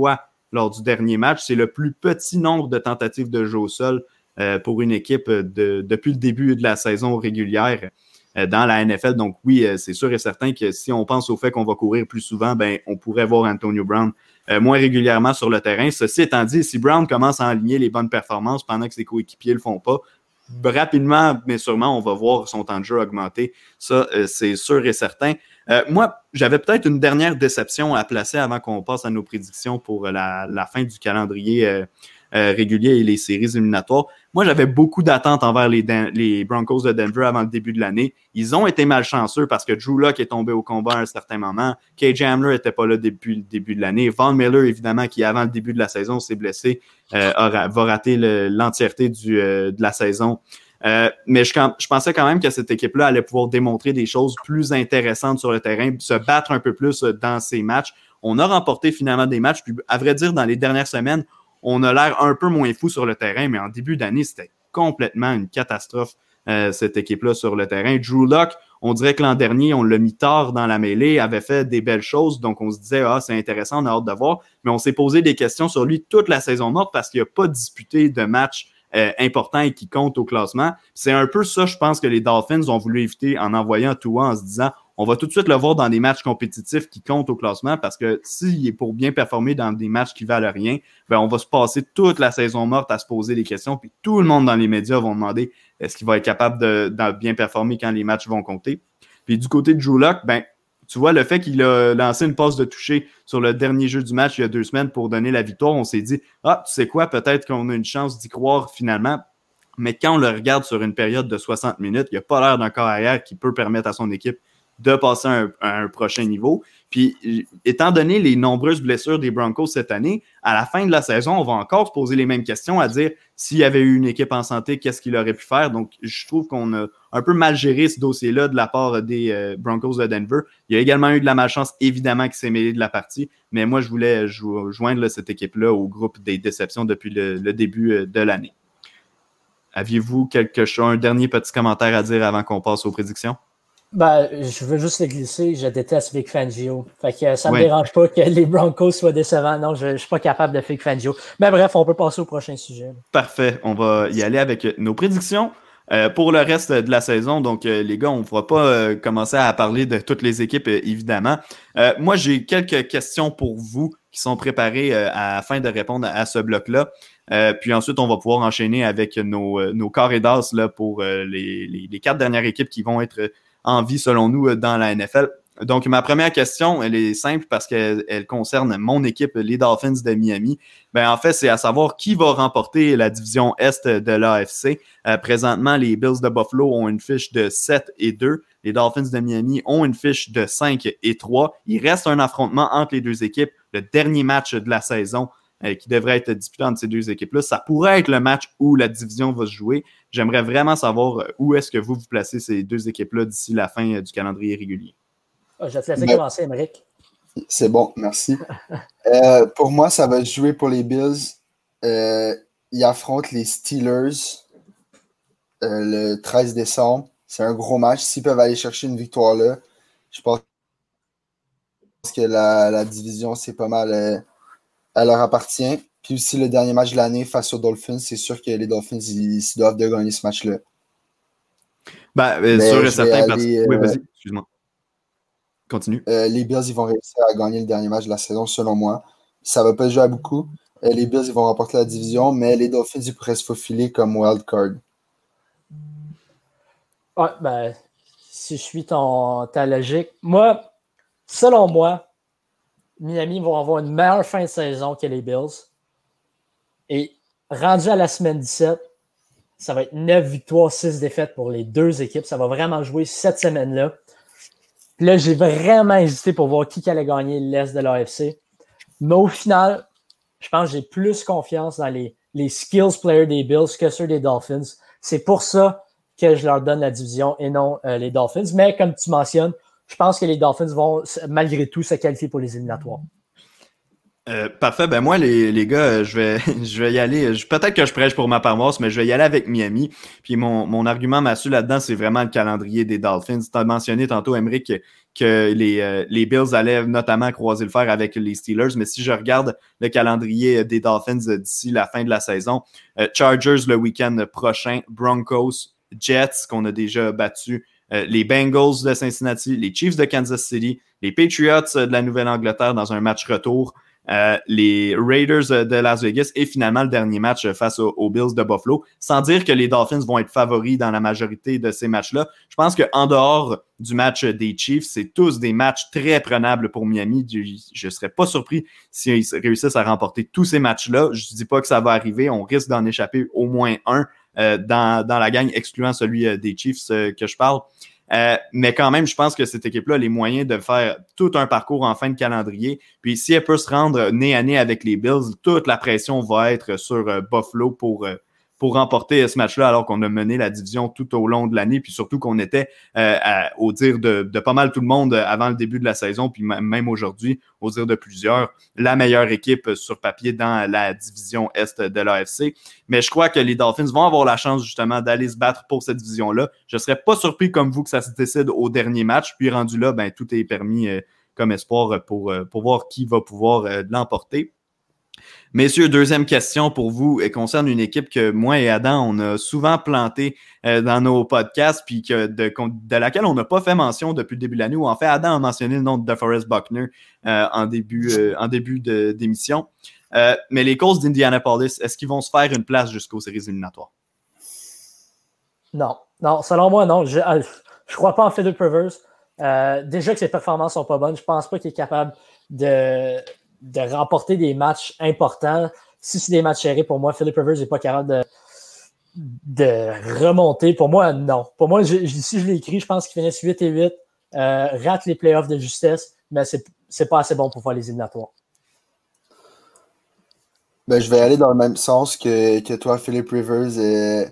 lors du dernier match. C'est le plus petit nombre de tentatives de jeu au sol pour une équipe depuis le début de la saison régulière dans la NFL. Donc oui, c'est sûr et certain que si on pense au fait qu'on va courir plus souvent, ben on pourrait voir Antonio Brown moins régulièrement sur le terrain. Ceci étant dit, si Brown commence à aligner les bonnes performances pendant que ses coéquipiers le font pas, rapidement, mais sûrement, on va voir son temps de jeu augmenter. Ça, c'est sûr et certain. Moi, j'avais peut-être une dernière déception à placer avant qu'on passe à nos prédictions pour la fin du calendrier régulier et les séries éliminatoires. Moi, j'avais beaucoup d'attentes envers les Broncos de Denver avant le début de l'année. Ils ont été malchanceux parce que Drew Lock est tombé au combat à un certain moment. KJ Hamler n'était pas là depuis le début de l'année. Von Miller, évidemment, qui avant le début de la saison s'est blessé, va rater l'entièreté de la saison. Mais je pensais quand même que cette équipe-là allait pouvoir démontrer des choses plus intéressantes sur le terrain, se battre un peu plus dans ces matchs. On a remporté finalement des matchs. Puis, à vrai dire, dans les dernières semaines, on a l'air un peu moins fou sur le terrain, mais en début d'année, c'était complètement une catastrophe, cette équipe-là sur le terrain. Drew Lock, on dirait que l'an dernier, on l'a mis tard dans la mêlée, avait fait des belles choses, donc on se disait, c'est intéressant, on a hâte de voir, mais on s'est posé des questions sur lui toute la saison morte parce qu'il n'a pas disputé de match important et qui compte au classement. C'est un peu ça, je pense, que les Dolphins ont voulu éviter en envoyant Tua en se disant on va tout de suite le voir dans des matchs compétitifs qui comptent au classement parce que s'il est pour bien performer dans des matchs qui valent rien, ben on va se passer toute la saison morte à se poser des questions, puis tout le monde dans les médias vont demander est-ce qu'il va être capable de bien performer quand les matchs vont compter. Puis du côté de Drew Lock, ben tu vois, le fait qu'il a lancé une passe de toucher sur le dernier jeu du match il y a 2 semaines pour donner la victoire, on s'est dit « Ah, tu sais quoi, peut-être qu'on a une chance d'y croire finalement. » Mais quand on le regarde sur une période de 60 minutes, il n'a pas l'air d'un corps arrière qui peut permettre à son équipe de passer à un prochain niveau. Puis, étant donné les nombreuses blessures des Broncos cette année, à la fin de la saison, on va encore se poser les mêmes questions à dire s'il y avait eu une équipe en santé, qu'est-ce qu'il aurait pu faire. Donc, je trouve qu'on a un peu mal géré ce dossier-là de la part des Broncos de Denver. Il y a également eu de la malchance, évidemment, qui s'est mêlée de la partie, mais moi, je voulais joindre cette équipe-là au groupe des déceptions depuis le début de l'année. Aviez-vous un dernier petit commentaire à dire avant qu'on passe aux prédictions? Ben, je veux juste le glisser, je déteste Vic Fangio. Fait que ça me dérange pas que les Broncos soient décevants. Non, je suis pas capable de Vic Fangio. Mais bref, on peut passer au prochain sujet. Parfait. On va y aller avec nos prédictions pour le reste de la saison. Donc, les gars, on ne va pas commencer à parler de toutes les équipes, évidemment. Moi, j'ai quelques questions pour vous qui sont préparées afin de répondre à ce bloc-là. Puis ensuite, on va pouvoir enchaîner avec nos carrés d'as là, pour les 4 dernières équipes qui vont être en vie, selon nous, dans la NFL. Donc, ma première question, elle est simple parce qu'elle concerne mon équipe, les Dolphins de Miami. En fait, c'est à savoir qui va remporter la division Est de l'AFC. Présentement, les Bills de Buffalo ont une fiche de 7-2. Les Dolphins de Miami ont une fiche de 5-3. Il reste un affrontement entre les deux équipes, le dernier match de la saison qui devrait être disputé entre ces deux équipes-là. Ça pourrait être le match où la division va se jouer. J'aimerais vraiment savoir où est-ce que vous placez ces deux équipes-là d'ici la fin du calendrier régulier. Je vais te laisser commencer, Émeric. C'est bon, merci. Pour moi, ça va se jouer pour les Bills. Ils affrontent les Steelers le 13 décembre. C'est un gros match. S'ils peuvent aller chercher une victoire là, je pense que la division, c'est pas mal... elle leur appartient. Puis aussi, le dernier match de l'année face aux Dolphins, c'est sûr que les Dolphins, ils doivent de gagner ce match-là. Sûr et certain. Oui, vas-y, excuse-moi. Continue. Les Bills, ils vont réussir à gagner le dernier match de la saison, selon moi. Ça va pas jouer à beaucoup. Les Bills, ils vont remporter la division, mais les Dolphins, ils pourraient se faufiler comme wild card. Ouais, si je suis ta logique, moi, selon moi, Miami vont avoir une meilleure fin de saison que les Bills. Et rendu à la semaine 17, ça va être 9 victoires, 6 défaites pour les deux équipes. Ça va vraiment jouer cette semaine-là. Puis là, j'ai vraiment hésité pour voir qui allait gagner l'Est de l'AFC. Mais au final, je pense que j'ai plus confiance dans les skills players des Bills que ceux des Dolphins. C'est pour ça que je leur donne la division et non les Dolphins. Mais comme tu mentionnes, je pense que les Dolphins vont, malgré tout, se qualifier pour les éliminatoires. Parfait. Moi, les gars, je vais y aller. Peut-être que je prêche pour ma paroisse, mais je vais y aller avec Miami. Puis mon argument massu là-dedans, c'est vraiment le calendrier des Dolphins. Tu as mentionné tantôt, Émeric, que les Bills allaient notamment croiser le fer avec les Steelers. Mais si je regarde le calendrier des Dolphins d'ici la fin de la saison, Chargers le week-end prochain, Broncos, Jets qu'on a déjà battu, les Bengals de Cincinnati, les Chiefs de Kansas City, les Patriots de la Nouvelle-Angleterre dans un match retour, les Raiders de Las Vegas et finalement le dernier match face aux Bills de Buffalo. Sans dire que les Dolphins vont être favoris dans la majorité de ces matchs-là, je pense qu'en dehors du match des Chiefs, c'est tous des matchs très prenables pour Miami. Je ne serais pas surpris s'ils réussissent à remporter tous ces matchs-là. Je ne dis pas que ça va arriver, on risque d'en échapper au moins un dans la gang, excluant celui des Chiefs que je parle. Mais quand même, je pense que cette équipe-là a les moyens de faire tout un parcours en fin de calendrier. Puis si elle peut se rendre nez à nez avec les Bills, toute la pression va être sur Buffalo pour remporter ce match-là alors qu'on a mené la division tout au long de l'année. Puis surtout qu'on était, au dire de pas mal tout le monde avant le début de la saison, puis même aujourd'hui, au dire de plusieurs, la meilleure équipe sur papier dans la division Est de l'AFC. Mais je crois que les Dolphins vont avoir la chance justement d'aller se battre pour cette division-là. Je ne serais pas surpris comme vous que ça se décide au dernier match. Puis rendu là, ben tout est permis comme espoir pour voir qui va pouvoir l'emporter. Messieurs, deuxième question pour vous et concerne une équipe que moi et Adam, on a souvent plantée dans nos podcasts puis de laquelle on n'a pas fait mention depuis le début de l'année, où en fait Adam a mentionné le nom de DeForest Buckner en début d'émission. Mais les Colts d'Indianapolis, est-ce qu'ils vont se faire une place jusqu'aux séries éliminatoires? Non, selon moi, non. Je crois pas en Philip Rivers. Déjà que ses performances sont pas bonnes, je pense pas qu'il est capable de remporter des matchs importants. Si c'est des matchs serrés, pour moi, Philip Rivers n'est pas capable de remonter. Pour moi, non. Pour moi, si je l'ai écrit, je pense qu'il finisse 8-8, rate les playoffs de justesse, mais c'est pas assez bon pour faire les éliminatoires. Ben, je vais aller dans le même sens que toi, Philip Rivers.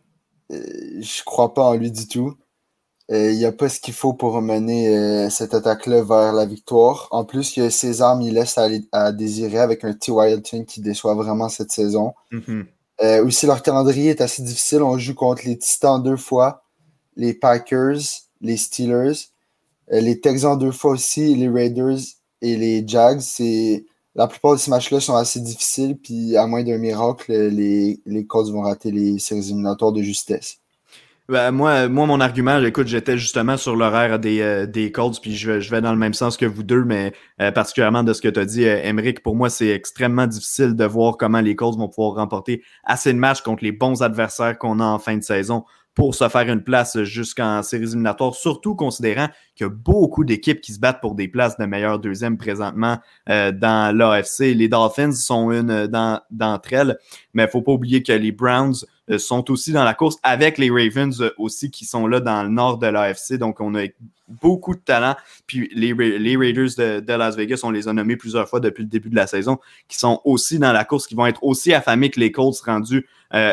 Je crois pas en lui du tout. Il n'y a pas ce qu'il faut pour mener cette attaque-là vers la victoire. En plus, que ses armes, il laisse à désirer avec un T.Y. Hilton qui déçoit vraiment cette saison. Mm-hmm. Aussi, leur calendrier est assez difficile. On joue contre les Titans 2 fois, les Packers, les Steelers, les Texans 2 fois aussi, les Raiders et les Jags. La plupart de ces matchs-là sont assez difficiles, puis à moins d'un miracle, les Colts vont rater les séries éliminatoires de justesse. Ben, moi, mon argument, écoute, j'étais justement sur l'horaire des Colts, puis je vais dans le même sens que vous deux, mais particulièrement de ce que tu as dit, Émeric, pour moi, c'est extrêmement difficile de voir comment les Colts vont pouvoir remporter assez de matchs contre les bons adversaires qu'on a en fin de saison pour se faire une place jusqu'en séries éliminatoires, surtout considérant qu'il y a beaucoup d'équipes qui se battent pour des places de meilleur deuxième présentement dans l'AFC. Les Dolphins sont une d'entre elles, mais il ne faut pas oublier que les Browns sont aussi dans la course avec les Ravens aussi qui sont là dans le nord de l'AFC. Donc, on a beaucoup de talent. Puis les Raiders de Las Vegas, on les a nommés plusieurs fois depuis le début de la saison, qui sont aussi dans la course, qui vont être aussi affamés que les Colts rendus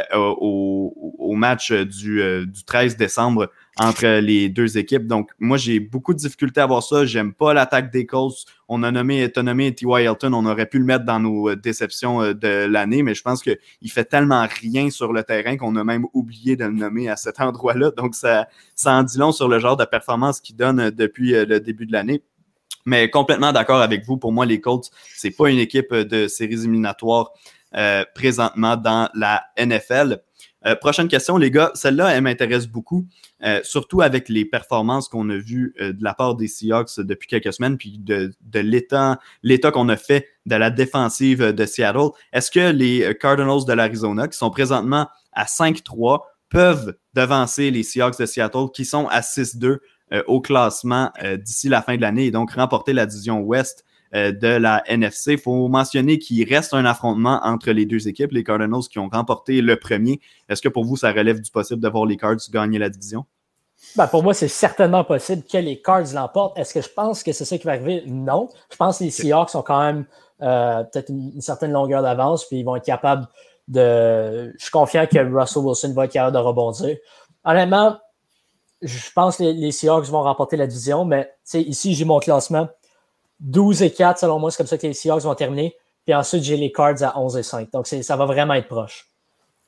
au match du 13 décembre entre les deux équipes. Donc, moi, j'ai beaucoup de difficultés à voir ça. J'aime pas l'attaque des Colts. T'as nommé T.Y. Hilton. On aurait pu le mettre dans nos déceptions de l'année, mais je pense qu'il fait tellement rien sur le terrain qu'on a même oublié de le nommer à cet endroit-là. Donc, ça en dit long sur le genre de performance qu'il donne depuis le début de l'année. Mais complètement d'accord avec vous. Pour moi, les Colts, c'est pas une équipe de séries éliminatoires présentement dans la NFL. Prochaine question, les gars. Celle-là, elle m'intéresse beaucoup, surtout avec les performances qu'on a vues de la part des Seahawks depuis quelques semaines, puis de l'état qu'on a fait de la défensive de Seattle. Est-ce que les Cardinals de l'Arizona, qui sont présentement à 5-3, peuvent devancer les Seahawks de Seattle, qui sont à 6-2 au classement d'ici la fin de l'année, et donc remporter la division Ouest de la NFC? Il faut mentionner qu'il reste un affrontement entre les deux équipes, les Cardinals qui ont remporté le premier. Est-ce que pour vous, ça relève du possible de voir les Cards gagner la division? Ben pour moi, c'est certainement possible que les Cards l'emportent. Est-ce que je pense que c'est ça qui va arriver? Non. Je pense que les Seahawks ont quand même peut-être une certaine longueur d'avance, puis ils vont être capables de... Je suis confiant que Russell Wilson va être capable de rebondir. Honnêtement, je pense que les Seahawks vont remporter la division, mais ici, j'ai mon classement. 12-4, selon moi, c'est comme ça que les Seahawks vont terminer. Puis ensuite, j'ai les Cards à 11-5. Donc, ça va vraiment être proche.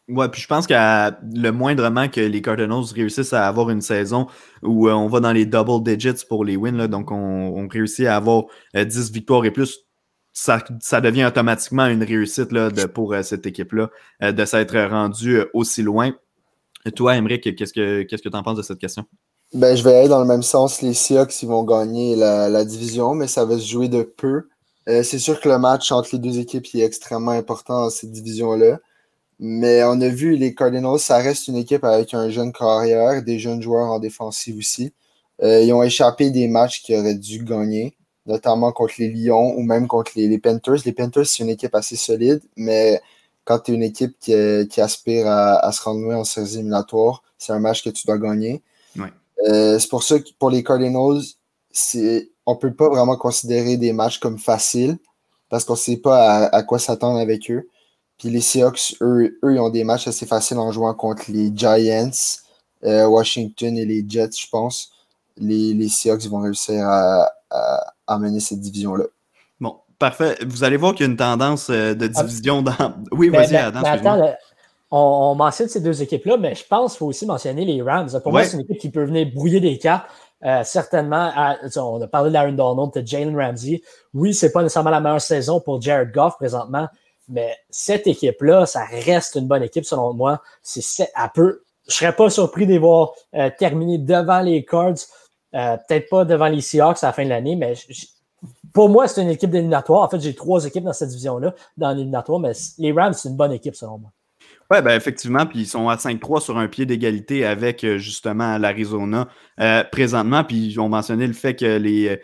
Ouais, puis je pense qu'à le moindrement que les Cardinals réussissent à avoir une saison où on va dans les double digits pour les wins, là, donc on réussit à avoir 10 victoires et plus, ça devient automatiquement une réussite là, pour cette équipe-là de s'être rendu aussi loin. Et toi, Emeric, qu'est-ce que tu en penses de cette question? Ben, je vais aller dans le même sens. Les Seahawks, ils vont gagner la division, mais ça va se jouer de peu. C'est sûr que le match entre les deux équipes est extrêmement important dans cette division-là. Mais on a vu les Cardinals, ça reste une équipe avec un jeune carrière, des jeunes joueurs en défensive aussi. Ils ont échappé des matchs qu'ils auraient dû gagner, notamment contre les Lions ou même contre les Panthers. Les Panthers, c'est une équipe assez solide, mais quand tu es une équipe qui aspire à se rendre loin en séries éliminatoires, c'est un match que tu dois gagner. Ouais. C'est pour ça que pour les Cardinals, on peut pas vraiment considérer des matchs comme faciles parce qu'on sait pas à quoi s'attendre avec eux. Puis les Seahawks, eux, ils ont des matchs assez faciles en jouant contre les Giants, Washington et les Jets, je pense. Les Seahawks vont réussir à mener cette division-là. Bon, parfait. Vous allez voir qu'il y a une tendance de division dans... Oui, vas-y, Adam, excuse-moi. Attends, on mentionne ces deux équipes-là, mais je pense qu'il faut aussi mentionner les Rams. Pour moi, c'est une équipe qui peut venir brouiller des cartes. Certainement, on a parlé d'Aaron Donald, de Jalen Ramsey. Oui, c'est pas nécessairement la meilleure saison pour Jared Goff présentement, mais cette équipe-là, ça reste une bonne équipe selon moi. Je serais pas surpris de les voir terminer devant les Cards, peut-être pas devant les Seahawks à la fin de l'année, mais pour moi, c'est une équipe d'éliminatoire. En fait, j'ai 3 équipes dans cette division-là, dans l'éliminatoire, mais les Rams, c'est une bonne équipe selon moi. Oui, ben effectivement, puis ils sont à 5-3 sur un pied d'égalité avec justement l'Arizona présentement. Puis on mentionnait le fait que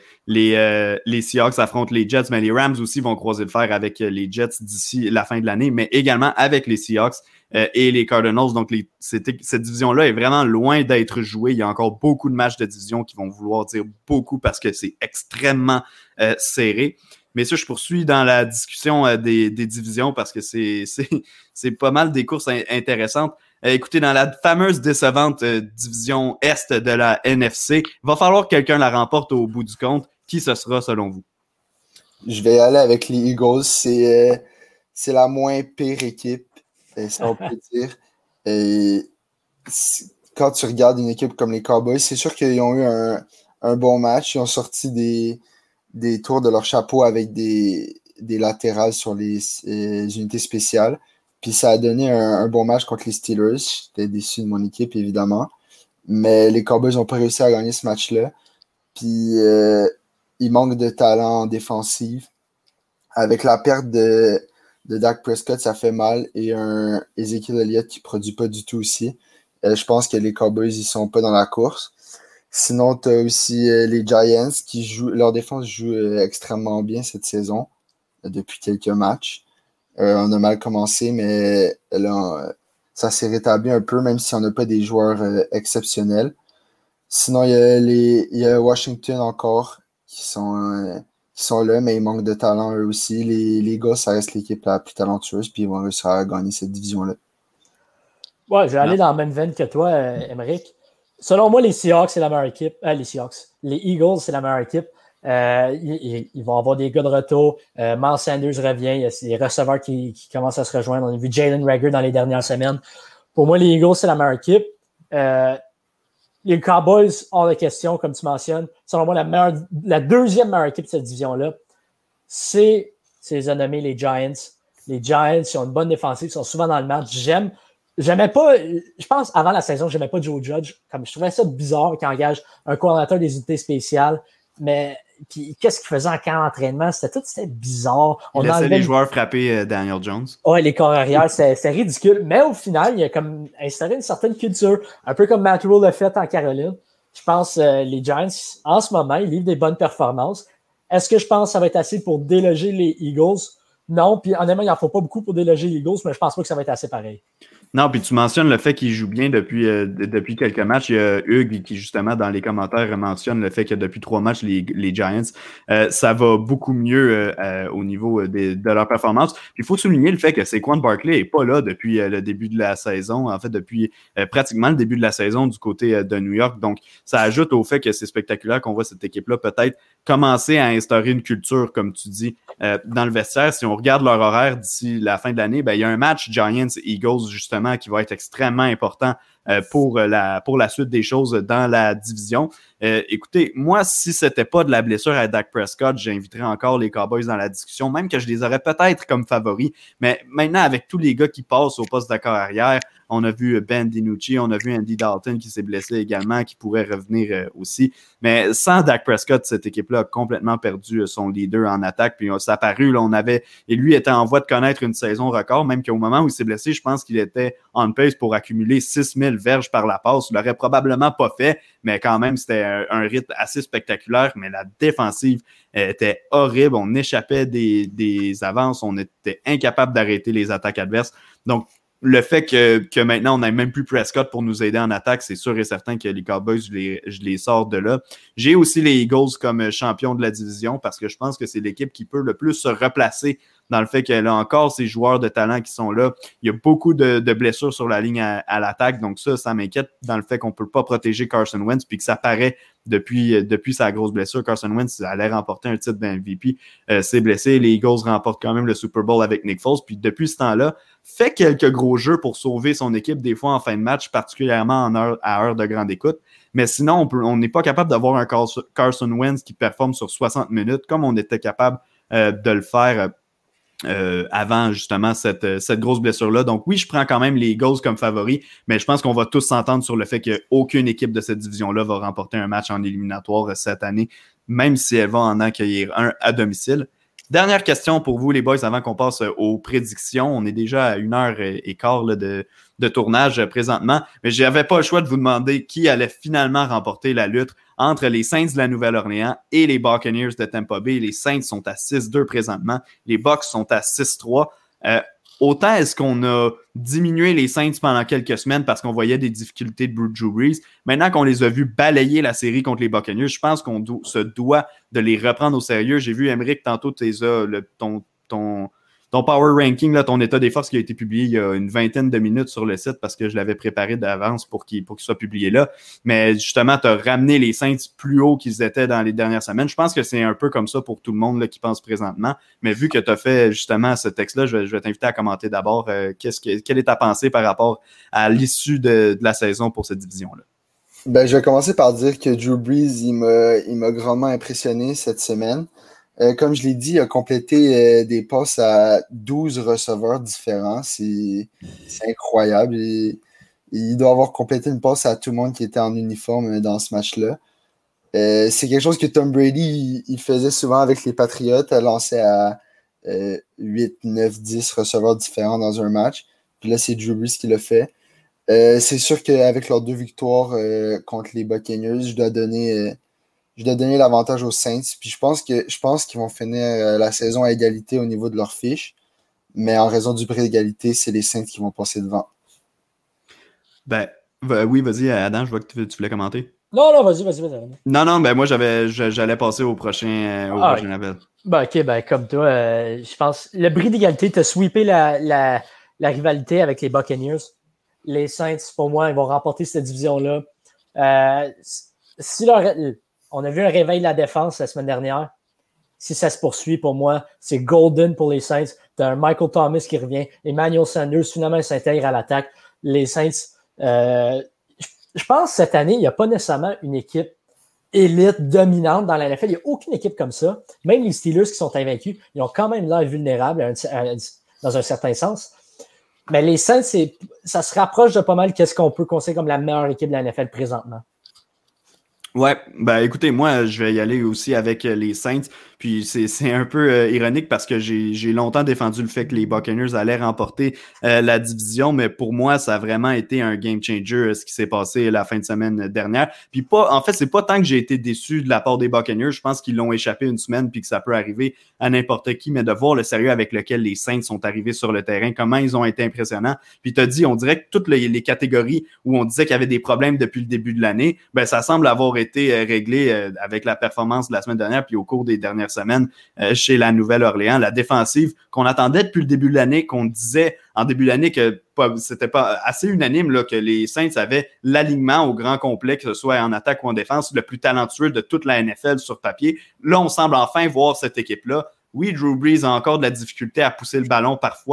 les Seahawks affrontent les Jets, mais les Rams aussi vont croiser le fer avec les Jets d'ici la fin de l'année, mais également avec les Seahawks et les Cardinals. Donc cette division-là est vraiment loin d'être jouée. Il y a encore beaucoup de matchs de division qui vont vouloir dire beaucoup parce que c'est extrêmement serré. Mais ça, je poursuis dans la discussion des divisions parce que c'est pas mal des courses intéressantes. Écoutez, dans la fameuse décevante division Est de la NFC, il va falloir que quelqu'un la remporte au bout du compte. Qui ce sera selon vous? Je vais aller avec les Eagles. C'est la moins pire équipe, si on peut dire. Et quand tu regardes une équipe comme les Cowboys, c'est sûr qu'ils ont eu un bon match. Ils ont sorti des tours de leur chapeau avec des latérales sur les unités spéciales. Puis ça a donné un bon match contre les Steelers. J'étais déçu de mon équipe, évidemment. Mais les Cowboys n'ont pas réussi à gagner ce match-là. Puis il manque de talent en défensive. Avec la perte de Dak Prescott, ça fait mal. Et un Ezekiel Elliott qui ne produit pas du tout aussi. Je pense que les Cowboys, ils ne sont pas dans la course. Sinon, tu as aussi les Giants qui jouent, leur défense joue extrêmement bien cette saison, depuis quelques matchs. On a mal commencé, mais là, ça s'est rétabli un peu, même si on n'a pas des joueurs exceptionnels. Sinon, il y a Washington encore qui sont là, mais ils manquent de talent eux aussi. Les gars, ça reste l'équipe la plus talentueuse, puis ils vont réussir à gagner cette division-là. Ouais, je vais aller dans la même veine que toi, Emeric. Selon moi, les Seahawks, c'est la meilleure équipe. Les Eagles, c'est la meilleure équipe. Ils vont avoir des gars de retour. Miles Sanders revient. Il y a des receveurs qui commencent à se rejoindre. On a vu Jalen Reagor dans les dernières semaines. Pour moi, les Eagles, c'est la meilleure équipe. Les Cowboys, hors de question, comme tu mentionnes. Selon moi, la deuxième meilleure équipe de cette division-là, c'est les a nommés les Giants. Les Giants, ils ont une bonne défensive, ils sont souvent dans le match. J'aimais pas, je pense, avant la saison, j'aimais pas Joe Judge. Comme je trouvais ça bizarre qu'il engage un coordinateur des unités spéciales. Mais puis, qu'est-ce qu'il faisait en camp d'entraînement? C'était bizarre. Il laissait les joueurs frapper Daniel Jones. Ouais, les corps arrière, c'est ridicule. Mais au final, il a comme instauré une certaine culture, un peu comme Matt Rule l'a fait en Caroline. Je pense les Giants, en ce moment, ils livrent des bonnes performances. Est-ce que je pense que ça va être assez pour déloger les Eagles? Non, puis honnêtement, il n'en faut pas beaucoup pour déloger les Eagles, mais je pense pas que ça va être assez pareil. Non, puis tu mentionnes le fait qu'il joue bien depuis quelques matchs. Il y a Hugues qui, justement, dans les commentaires, mentionne le fait que depuis 3 matchs, les Giants, ça va beaucoup mieux au niveau de leur performance. Puis il faut souligner le fait que Saquon Barkley n'est pas là depuis le début de la saison, en fait, depuis pratiquement le début de la saison du côté de New York. Donc, ça ajoute au fait que c'est spectaculaire qu'on voit cette équipe-là peut-être commencer à instaurer une culture, comme tu dis, dans le vestiaire. Si on regarde leur horaire d'ici la fin de l'année, ben, il y a un match Giants-Eagles, justement, justement, qui va être extrêmement important pour la suite des choses dans la division. Écoutez, moi, si c'était pas de la blessure à Dak Prescott, j'inviterais encore les Cowboys dans la discussion, même que je les aurais peut-être comme favoris. Mais maintenant, avec tous les gars qui passent au poste d'accord arrière, on a vu Ben DiNucci, on a vu Andy Dalton qui s'est blessé également, qui pourrait revenir aussi. Mais sans Dak Prescott, cette équipe-là a complètement perdu son leader en attaque. Puis ça a paru, là, et lui était en voie de connaître une saison record, même qu'au moment où il s'est blessé, je pense qu'il était on pace pour accumuler 6000 verges par la passe. Il l'aurait probablement pas fait, mais quand même, c'était un rythme assez spectaculaire. Mais la défensive était horrible. On échappait des avances. On était incapable d'arrêter les attaques adverses. Donc, le fait que maintenant, on n'a même plus Prescott pour nous aider en attaque, c'est sûr et certain que les Cowboys, je les sors de là. J'ai aussi les Eagles comme champions de la division parce que je pense que c'est l'équipe qui peut le plus se replacer dans le fait qu'elle a encore ces joueurs de talent qui sont là. Il y a beaucoup de blessures sur la ligne à l'attaque, donc ça m'inquiète dans le fait qu'on ne peut pas protéger Carson Wentz puis que ça paraît depuis sa grosse blessure. Carson Wentz allait remporter un titre d'MVP, s'est blessé. Les Eagles remportent quand même le Super Bowl avec Nick Foles, puis depuis ce temps-là, fait quelques gros jeux pour sauver son équipe des fois en fin de match, particulièrement à heure de grande écoute. Mais sinon, on n'est pas capable d'avoir un Carson Wentz qui performe sur 60 minutes comme on était capable de le faire avant justement cette grosse blessure-là. Donc oui, je prends quand même les Eagles comme favoris, mais je pense qu'on va tous s'entendre sur le fait qu'aucune équipe de cette division-là va remporter un match en éliminatoire cette année, même si elle va en accueillir un à domicile. Dernière question pour vous, les boys, avant qu'on passe aux prédictions. On est déjà à 1h15 là, de tournage présentement, mais je n'avais pas le choix de vous demander qui allait finalement remporter la lutte entre les Saints de la Nouvelle-Orléans et les Buccaneers de Tampa Bay. Les Saints sont à 6-2 présentement, les Bucs sont à 6-3. Autant est-ce qu'on a diminué les Saints pendant quelques semaines parce qu'on voyait des difficultés de Drew Brees. Maintenant qu'on les a vus balayer la série contre les Buccaneers, je pense qu'on se doit de les reprendre au sérieux. J'ai vu, Aymeric, tantôt, ton power ranking, là, ton état des forces qui a été publié il y a une vingtaine de minutes sur le site parce que je l'avais préparé d'avance pour qu'il soit publié là. Mais justement, tu as ramené les Saints plus haut qu'ils étaient dans les dernières semaines. Je pense que c'est un peu comme ça pour tout le monde là, qui pense présentement. Mais vu que tu as fait justement ce texte-là, je vais t'inviter à commenter d'abord. Quelle est ta pensée par rapport à l'issue de la saison pour cette division-là? Ben, je vais commencer par dire que Drew Brees, il m'a grandement impressionné cette semaine. Comme je l'ai dit, il a complété des passes à 12 receveurs différents. C'est incroyable. Il doit avoir complété une passe à tout le monde qui était en uniforme dans ce match-là. C'est quelque chose que Tom Brady il faisait souvent avec les Patriots, à lancer à 8, 9, 10 receveurs différents dans un match. Puis là, c'est Drew Brees qui l'a fait. C'est sûr qu'avec leurs 2 victoires contre les Buccaneers, je dois donner l'avantage aux Saints. Puis je pense qu'ils vont finir la saison à égalité au niveau de leur fiche. Mais en raison du prix d'égalité, c'est les Saints qui vont passer devant. Ben, oui, vas-y, Adam, je vois que tu voulais commenter. Non, vas-y. Non, ben moi, j'allais passer au prochain appel. Ben, OK, ben comme toi, je pense le bris d'égalité, tu as sweepé la rivalité avec les Buccaneers. Les Saints, pour moi, ils vont remporter cette division-là. On a vu un réveil de la défense la semaine dernière. Si ça se poursuit, pour moi, c'est golden pour les Saints. Tu as un Michael Thomas qui revient. Emmanuel Sanders, finalement, s'intègre à l'attaque. Les Saints, je pense que cette année, il n'y a pas nécessairement une équipe élite, dominante dans la NFL. Il n'y a aucune équipe comme ça. Même les Steelers qui sont invaincus, ils ont quand même l'air vulnérables dans un certain sens. Mais les Saints, ça se rapproche de pas mal qu'est-ce qu'on peut considérer comme la meilleure équipe de la NFL présentement. Ouais, ben écoutez, moi, je vais y aller aussi avec les Saints. Puis c'est un peu ironique parce que j'ai longtemps défendu le fait que les Buccaneers allaient remporter la division, mais pour moi, ça a vraiment été un game changer ce qui s'est passé la fin de semaine dernière. Puis en fait, c'est pas tant que j'ai été déçu de la part des Buccaneers. Je pense qu'ils l'ont échappé une semaine puis que ça peut arriver à n'importe qui, mais de voir le sérieux avec lequel les Saints sont arrivés sur le terrain, comment ils ont été impressionnants. Puis t'as dit, on dirait que toutes les catégories où on disait qu'il y avait des problèmes depuis le début de l'année, ben ça semble avoir été réglé avec la performance de la semaine dernière puis au cours des dernières semaines chez la Nouvelle-Orléans. La défensive qu'on attendait depuis le début de l'année, qu'on disait en début de l'année que c'était pas assez unanime là, que les Saints avaient l'alignement au grand complet, que ce soit en attaque ou en défense, le plus talentueux de toute la NFL sur papier. Là, on semble enfin voir cette équipe-là. Oui, Drew Brees a encore de la difficulté à pousser le ballon parfois,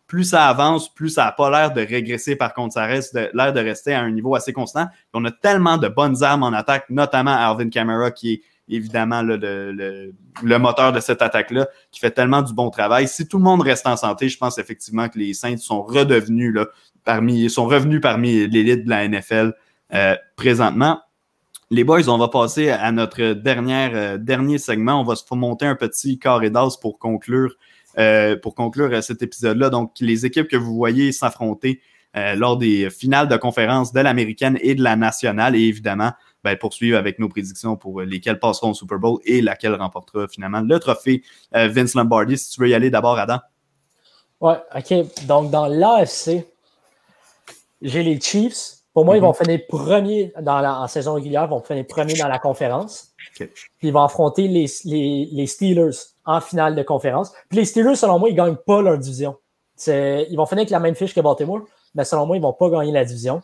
plus ça avance, plus ça n'a pas l'air de régresser. Par contre, ça reste l'air de rester à un niveau assez constant. On a tellement de bonnes armes en attaque, notamment Alvin Kamara, qui est évidemment là, le moteur de cette attaque-là, qui fait tellement du bon travail. Si tout le monde reste en santé, je pense effectivement que les Saints sont revenus parmi l'élite de la NFL présentement. Les boys, on va passer à notre dernier segment. On va se monter un petit carré d'as pour conclure cet épisode-là. Donc, les équipes que vous voyez s'affronter lors des finales de conférence de l'américaine et de la nationale, et évidemment, poursuivre avec nos prédictions pour lesquelles passeront au Super Bowl et laquelle remportera finalement le trophée Vince Lombardi. Si tu veux y aller d'abord, Adam. Ouais, OK. Donc, dans l'AFC, j'ai les Chiefs. Pour moi, ils vont finir premiers en saison régulière, ils vont finir premiers dans la conférence. Okay. Puis ils vont affronter les Steelers en finale de conférence. Puis les Steelers, selon moi, ils ne gagnent pas leur division. Ils vont finir avec la même fiche que Baltimore, mais selon moi, ils ne vont pas gagner la division.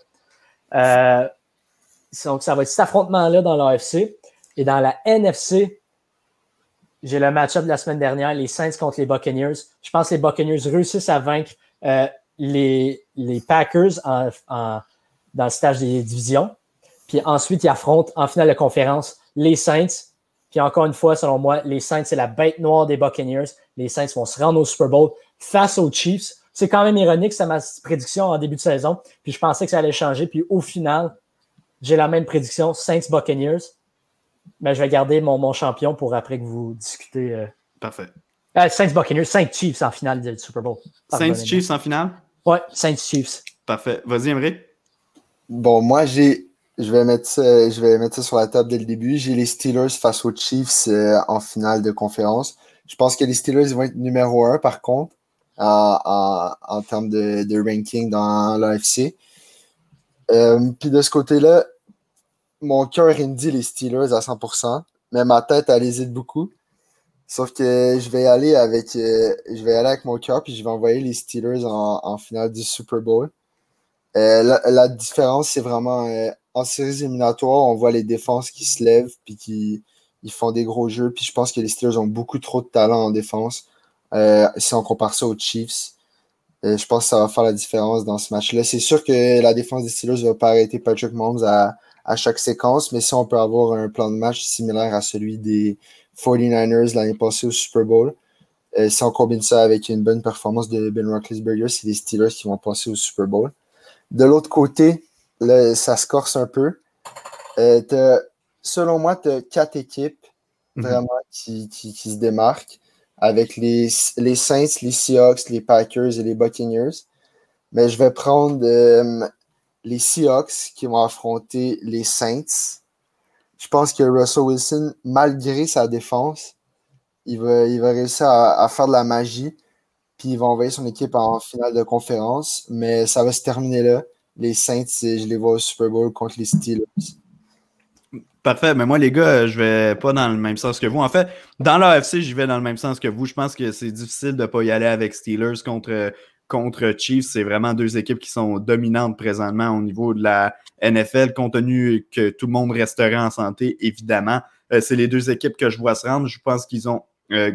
Donc, ça va être cet affrontement-là dans l'AFC. Et dans la NFC, j'ai le match-up de la semaine dernière, les Saints contre les Buccaneers. Je pense que les Buccaneers réussissent à vaincre les Packers dans le stage des divisions. Puis ensuite, ils affrontent en finale de conférence les Saints. Puis encore une fois, selon moi, les Saints, c'est la bête noire des Buccaneers. Les Saints vont se rendre au Super Bowl face aux Chiefs. C'est quand même ironique, c'est ma prédiction en début de saison. Puis je pensais que ça allait changer. Puis au final, j'ai la même prédiction, Saints-Buccaneers. Mais je vais garder mon champion pour après que vous discutez. Parfait. Saints-Buccaneers, Saints-Chiefs en finale du Super Bowl. Saints-Chiefs en finale? Ouais, Saints-Chiefs. Parfait. Vas-y, Emery. Bon, moi, je vais mettre ça sur la table dès le début. J'ai les Steelers face aux Chiefs en finale de conférence. Je pense que les Steelers vont être numéro 1, par contre, en termes de ranking dans l'AFC. Puis de ce côté-là, mon cœur, il me dit les Steelers à 100%, mais ma tête, elle hésite beaucoup. Sauf que je vais aller avec mon cœur, puis je vais envoyer les Steelers en finale du Super Bowl. La différence, c'est vraiment en séries éliminatoires, on voit les défenses qui se lèvent puis qui ils font des gros jeux. Puis je pense que les Steelers ont beaucoup trop de talent en défense. Si on compare ça aux Chiefs, je pense que ça va faire la différence dans ce match-là. C'est sûr que la défense des Steelers ne va pas arrêter Patrick Mahomes à chaque séquence, mais si on peut avoir un plan de match similaire à celui des 49ers l'année passée au Super Bowl, si on combine ça avec une bonne performance de Ben Roethlisberger, c'est les Steelers qui vont passer au Super Bowl. De l'autre côté, là, ça se corse un peu. Selon moi, tu as 4 équipes vraiment qui se démarquent avec les Saints, les Seahawks, les Packers et les Buccaneers. Mais je vais prendre les Seahawks qui vont affronter les Saints. Je pense que Russell Wilson, malgré sa défense, il va réussir à faire de la magie. Puis il va envoyer son équipe en finale de conférence, mais ça va se terminer là. Les Saints, je les vois au Super Bowl contre les Steelers. Parfait, mais moi les gars, je vais pas dans le même sens que vous. En fait, dans l'AFC, j'y vais dans le même sens que vous. Je pense que c'est difficile de pas y aller avec Steelers contre Chiefs. C'est vraiment deux équipes qui sont dominantes présentement au niveau de la NFL, compte tenu que tout le monde resterait en santé, évidemment. C'est les deux équipes que je vois se rendre. Je pense qu'ils ont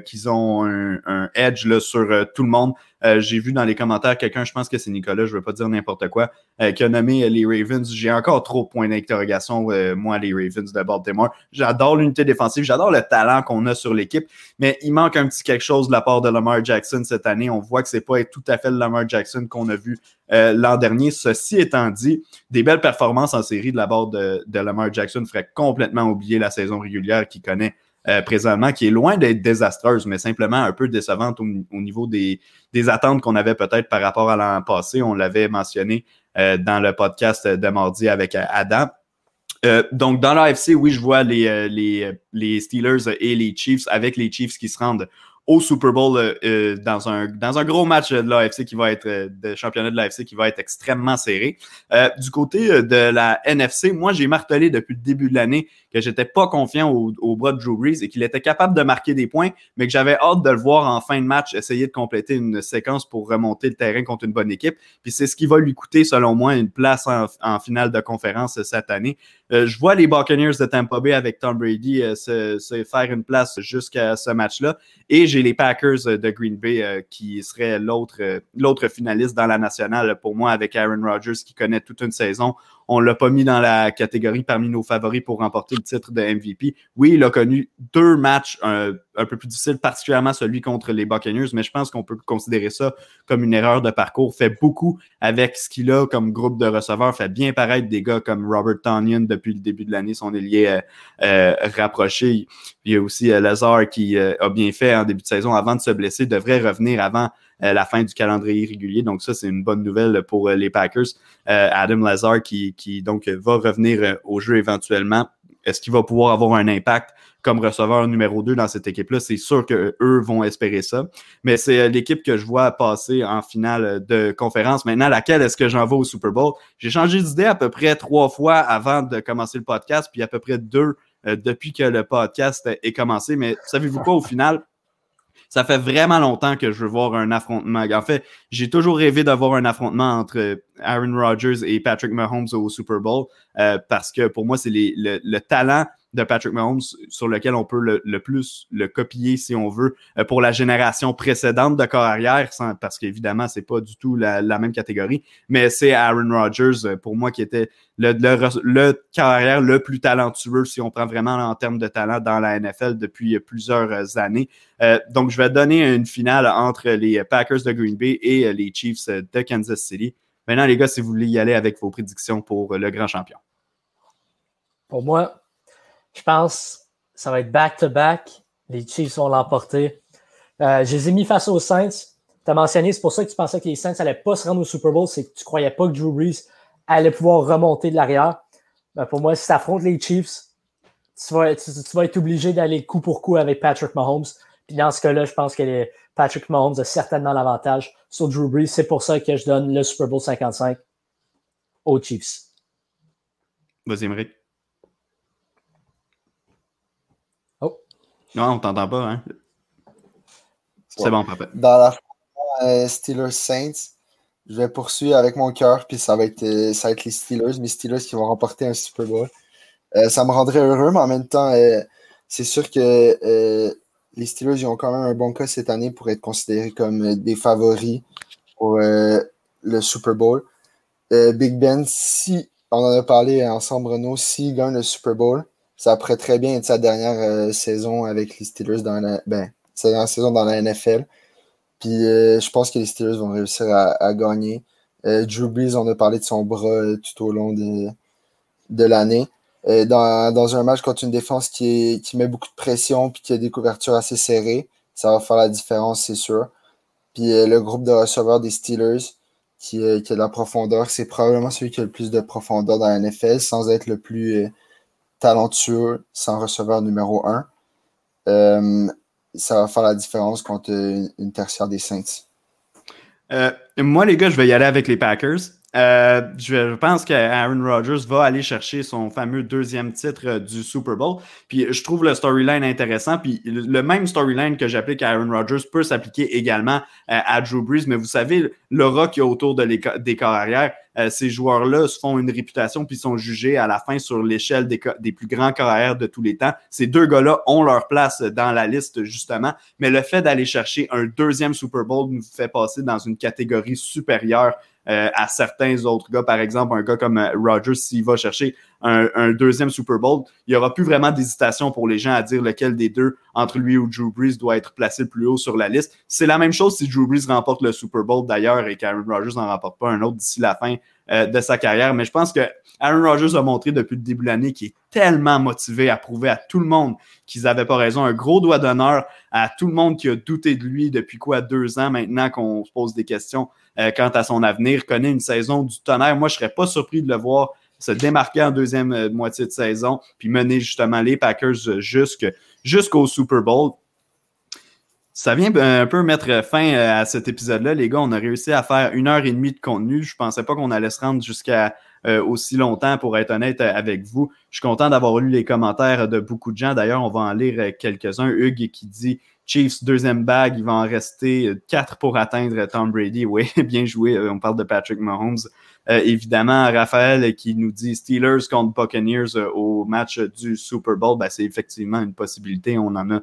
un edge là, sur tout le monde. J'ai vu dans les commentaires quelqu'un, je pense que c'est Nicolas, je ne veux pas dire n'importe quoi, qui a nommé les Ravens. J'ai encore trop de points d'interrogation, moi, les Ravens de Baltimore. J'adore l'unité défensive, j'adore le talent qu'on a sur l'équipe, mais il manque un petit quelque chose de la part de Lamar Jackson cette année. On voit que c'est pas tout à fait le Lamar Jackson qu'on a vu l'an dernier. Ceci étant dit, des belles performances en série de la part de Lamar Jackson ferait complètement oublier la saison régulière qu'il connaît présentement, qui est loin d'être désastreuse, mais simplement un peu décevante au niveau des attentes qu'on avait peut-être par rapport à l'an passé. On l'avait mentionné dans le podcast de mardi avec Adam. Donc, dans l'AFC, oui, je vois les Steelers et les Chiefs, avec les Chiefs qui se rendent au Super Bowl dans un gros match de l'AFC qui va être de championnat de l'AFC qui va être extrêmement serré. Du côté de la NFC, moi j'ai martelé depuis le début de l'année que j'étais pas confiant au bras de Drew Brees et qu'il était capable de marquer des points, mais que j'avais hâte de le voir en fin de match essayer de compléter une séquence pour remonter le terrain contre une bonne équipe. Puis c'est ce qui va lui coûter, selon moi, une place en finale de conférence cette année. Je vois les Buccaneers de Tampa Bay avec Tom Brady se faire une place jusqu'à ce match-là. Et j'ai j'ai les Packers de Green Bay qui seraient l'autre finaliste dans la nationale pour moi avec Aaron Rodgers qui connaît toute une saison. On l'a pas mis dans la catégorie parmi nos favoris pour remporter le titre de MVP. Oui, il a connu 2 matchs un peu plus difficiles, particulièrement celui contre les Buccaneers, mais je pense qu'on peut considérer ça comme une erreur de parcours. Fait beaucoup avec ce qu'il a comme groupe de receveurs, fait bien paraître des gars comme Robert Tonyan depuis le début de l'année, son ailier rapproché. Il y a aussi Lazare qui a bien fait en début de saison avant de se blesser, devrait revenir avant la fin du calendrier régulier. Donc ça, c'est une bonne nouvelle pour les Packers. Adam Lazare qui donc va revenir au jeu éventuellement. Est-ce qu'il va pouvoir avoir un impact comme receveur numéro 2 dans cette équipe-là? C'est sûr qu'eux vont espérer ça. Mais c'est l'équipe que je vois passer en finale de conférence. Maintenant, laquelle est-ce que j'en vais au Super Bowl? J'ai changé d'idée à peu près 3 fois avant de commencer le podcast, puis à peu près 2 depuis que le podcast est commencé. Mais savez-vous quoi, au final? Ça fait vraiment longtemps que je veux voir un affrontement. En fait, j'ai toujours rêvé d'avoir un affrontement entre Aaron Rodgers et Patrick Mahomes au Super Bowl parce que pour moi, c'est le talent de Patrick Mahomes sur lequel on peut le plus le copier, si on veut, pour la génération précédente de corps arrière, parce qu'évidemment, c'est pas du tout la même catégorie, mais c'est Aaron Rodgers, pour moi, qui était le corps arrière le plus talentueux, si on prend vraiment en termes de talent dans la NFL depuis plusieurs années. Donc, je vais donner une finale entre les Packers de Green Bay et les Chiefs de Kansas City. Maintenant, les gars, si vous voulez y aller avec vos prédictions pour le grand champion. Pour moi, je pense que ça va être back-to-back. Les Chiefs vont l'emporter. Je les ai mis face aux Saints. Tu as mentionné, c'est pour ça que tu pensais que les Saints n'allaient pas se rendre au Super Bowl. C'est que tu ne croyais pas que Drew Brees allait pouvoir remonter de l'arrière. Pour moi, si tu affrontes les Chiefs, tu vas être obligé d'aller coup pour coup avec Patrick Mahomes. Puis dans ce cas-là, je pense que Patrick Mahomes a certainement l'avantage sur Drew Brees. C'est pour ça que je donne le Super Bowl 55 aux Chiefs. Vas-y, Émeric. Oh. Non, on t'entend pas, hein? C'est bon, papa. Dans la Steelers-Saints, je vais poursuivre avec mon cœur, puis ça va être les Steelers, mes Steelers qui vont remporter un Super Bowl. Ça me rendrait heureux, mais en même temps, c'est sûr que les Steelers ils ont quand même un bon cas cette année pour être considérés comme des favoris pour le Super Bowl. Big Ben, si on en a parlé ensemble, Renaud, s'il gagne le Super Bowl, ça pourrait très bien être sa dernière saison avec les Steelers sa dernière saison dans la NFL. Puis je pense que les Steelers vont réussir à gagner. Drew Brees, on a parlé de son bras tout au long de l'année. Dans un match contre une défense qui met beaucoup de pression puis qui a des couvertures assez serrées, ça va faire la différence, c'est sûr. Puis le groupe de receveurs des Steelers qui a de la profondeur, c'est probablement celui qui a le plus de profondeur dans la NFL sans être le plus talentueux, sans receveur numéro 1. Ça va faire la différence contre une tertiaire des Saints. Moi, les gars, je vais y aller avec les Packers. Je pense qu'Aaron Rodgers va aller chercher son fameux 2e titre du Super Bowl. Puis je trouve le storyline intéressant. Puis le même storyline que j'applique à Aaron Rodgers peut s'appliquer également à Drew Brees. Mais vous savez, l'aura qu'il y a autour des corps arrière, ces joueurs-là se font une réputation puis sont jugés à la fin sur l'échelle des plus grands corps arrière de tous les temps. Ces 2 gars-là ont leur place dans la liste, justement. Mais le fait d'aller chercher un 2e Super Bowl nous fait passer dans une catégorie supérieure à certains autres gars. Par exemple, un gars comme Rodgers, s'il va chercher un 2e Super Bowl, il n'y aura plus vraiment d'hésitation pour les gens à dire lequel des deux, entre lui ou Drew Brees, doit être placé le plus haut sur la liste. C'est la même chose si Drew Brees remporte le Super Bowl d'ailleurs et qu'Aaron Rodgers n'en remporte pas un autre d'ici la fin de sa carrière. Mais je pense que Aaron Rodgers a montré depuis le début de l'année qu'il est tellement motivé à prouver à tout le monde qu'ils n'avaient pas raison. Un gros doigt d'honneur à tout le monde qui a douté de lui depuis 2 ans maintenant qu'on se pose des questions quant à son avenir. Connaît une saison du tonnerre. Moi, je ne serais pas surpris de le voir se démarquer en 2e moitié de saison puis mener justement les Packers jusqu'au Super Bowl. Ça vient un peu mettre fin à cet épisode-là. Les gars, on a réussi à faire 1h30 de contenu. Je pensais pas qu'on allait se rendre jusqu'à aussi longtemps, pour être honnête avec vous. Je suis content d'avoir lu les commentaires de beaucoup de gens. D'ailleurs, on va en lire quelques-uns. Hugues qui dit « Chiefs, 2e bague, il va en rester 4 pour atteindre Tom Brady. » Oui, bien joué. On parle de Patrick Mahomes. Évidemment, Raphaël qui nous dit « Steelers contre Buccaneers au match du Super Bowl. » C'est effectivement une possibilité. On en a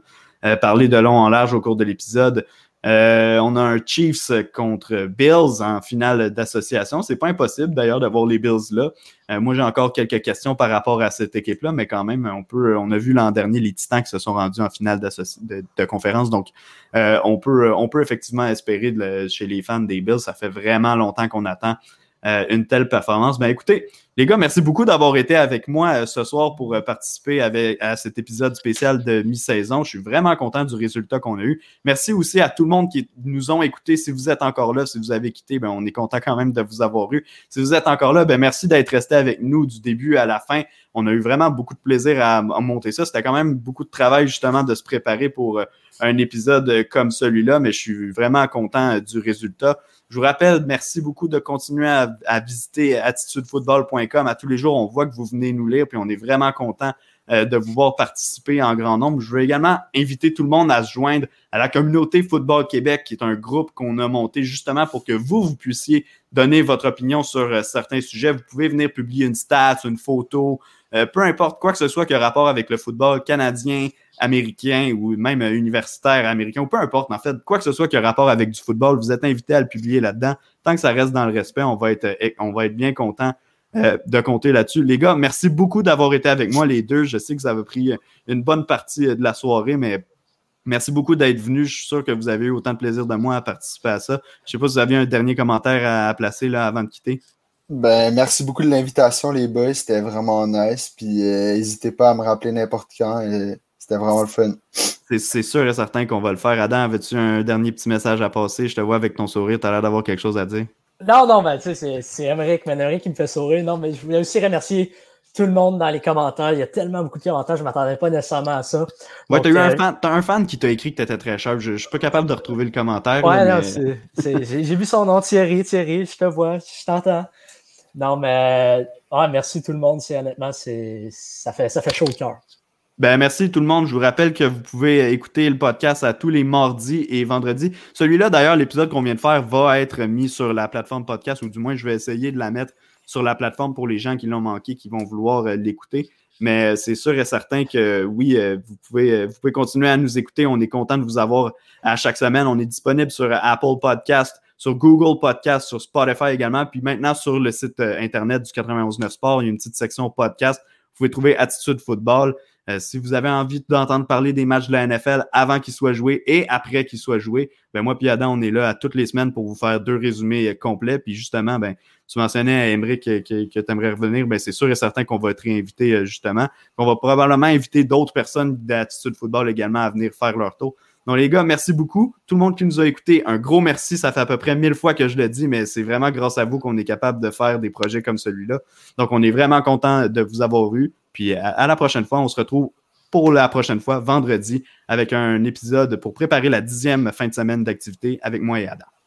parler de long en large au cours de l'épisode. On a un Chiefs contre Bills en finale d'association. C'est pas impossible d'ailleurs d'avoir les Bills là. Moi, j'ai encore quelques questions par rapport à cette équipe-là, mais quand même, on a vu l'an dernier les Titans qui se sont rendus en finale de conférence. Donc, on peut effectivement espérer chez les fans des Bills. Ça fait vraiment longtemps qu'on attend une telle performance. Ben écoutez, les gars, merci beaucoup d'avoir été avec moi ce soir pour participer à cet épisode spécial de mi-saison. Je suis vraiment content du résultat qu'on a eu. Merci aussi à tout le monde qui nous ont écoutés. Si vous êtes encore là, si vous avez quitté, ben on est content quand même de vous avoir eu. Si vous êtes encore là, ben merci d'être resté avec nous du début à la fin. On a eu vraiment beaucoup de plaisir à monter ça. C'était quand même beaucoup de travail justement de se préparer pour un épisode comme celui-là, mais je suis vraiment content du résultat. Je vous rappelle, merci beaucoup de continuer à visiter attitudefootball.com. À tous les jours, on voit que vous venez nous lire, puis on est vraiment content de vous voir participer en grand nombre. Je veux également inviter tout le monde à se joindre à la communauté Football Québec, qui est un groupe qu'on a monté justement pour que vous puissiez donner votre opinion sur certains sujets. Vous pouvez venir publier une stat, une photo, peu importe quoi que ce soit qui a rapport avec le football canadien, américain ou même universitaire américain, ou peu importe, en fait, quoi que ce soit qui a rapport avec du football, vous êtes invité à le publier là-dedans. Tant que ça reste dans le respect, on va être bien content de compter là-dessus. Les gars, merci beaucoup d'avoir été avec moi, les deux. Je sais que ça a pris une bonne partie de la soirée, mais merci beaucoup d'être venus. Je suis sûr que vous avez eu autant de plaisir de moi à participer à ça. Je ne sais pas si vous aviez un dernier commentaire à placer là, avant de quitter. Ben, merci beaucoup de l'invitation, les boys. C'était vraiment nice. Puis, n'hésitez pas à me rappeler n'importe quand. C'était vraiment le fun. C'est sûr et certain qu'on va le faire. Adam, avais-tu un dernier petit message à passer? Je te vois avec ton sourire. Tu as l'air d'avoir quelque chose à dire. Non, ben, tu sais, c'est Émeric Ménéric qui me fait sourire. Non, mais je voulais aussi remercier tout le monde dans les commentaires. Il y a tellement beaucoup de commentaires, je ne m'attendais pas nécessairement à ça. Ouais, t'as un fan qui t'a écrit que t'étais très cher. Je suis pas capable de retrouver le commentaire. Ouais, là, non, mais... j'ai vu son nom, Thierry, je te vois, je t'entends. Non, mais merci tout le monde. Honnêtement, ça fait chaud au cœur. Ben, merci tout le monde. Je vous rappelle que vous pouvez écouter le podcast à tous les mardis et vendredis. Celui-là, d'ailleurs, l'épisode qu'on vient de faire va être mis sur la plateforme podcast, ou du moins, je vais essayer de la mettre sur la plateforme pour les gens qui l'ont manqué, qui vont vouloir l'écouter. Mais c'est sûr et certain que oui, vous pouvez continuer à nous écouter. On est content de vous avoir à chaque semaine. On est disponible sur Apple Podcast, sur Google Podcast, sur Spotify également. Puis maintenant, sur le site internet du 91.9 Sport, il y a une petite section podcast. Vous pouvez trouver Attitude Football. Si vous avez envie d'entendre parler des matchs de la NFL avant qu'ils soient joués et après qu'ils soient joués, ben moi puis Adam, on est là à toutes les semaines pour vous faire 2 résumés complets. Puis justement, ben tu mentionnais à Émeric que tu aimerais revenir. Ben c'est sûr et certain qu'on va être réinvité justement. On va probablement inviter d'autres personnes d'Attitude Football également à venir faire leur tour. Donc les gars, merci beaucoup. Tout le monde qui nous a écoutés, un gros merci. Ça fait à peu près 1000 fois que je le dis, mais c'est vraiment grâce à vous qu'on est capable de faire des projets comme celui-là. Donc on est vraiment content de vous avoir eu. Puis à la prochaine fois, on se retrouve pour la prochaine fois, vendredi, avec un épisode pour préparer la 10e fin de semaine d'activité avec moi et Adam.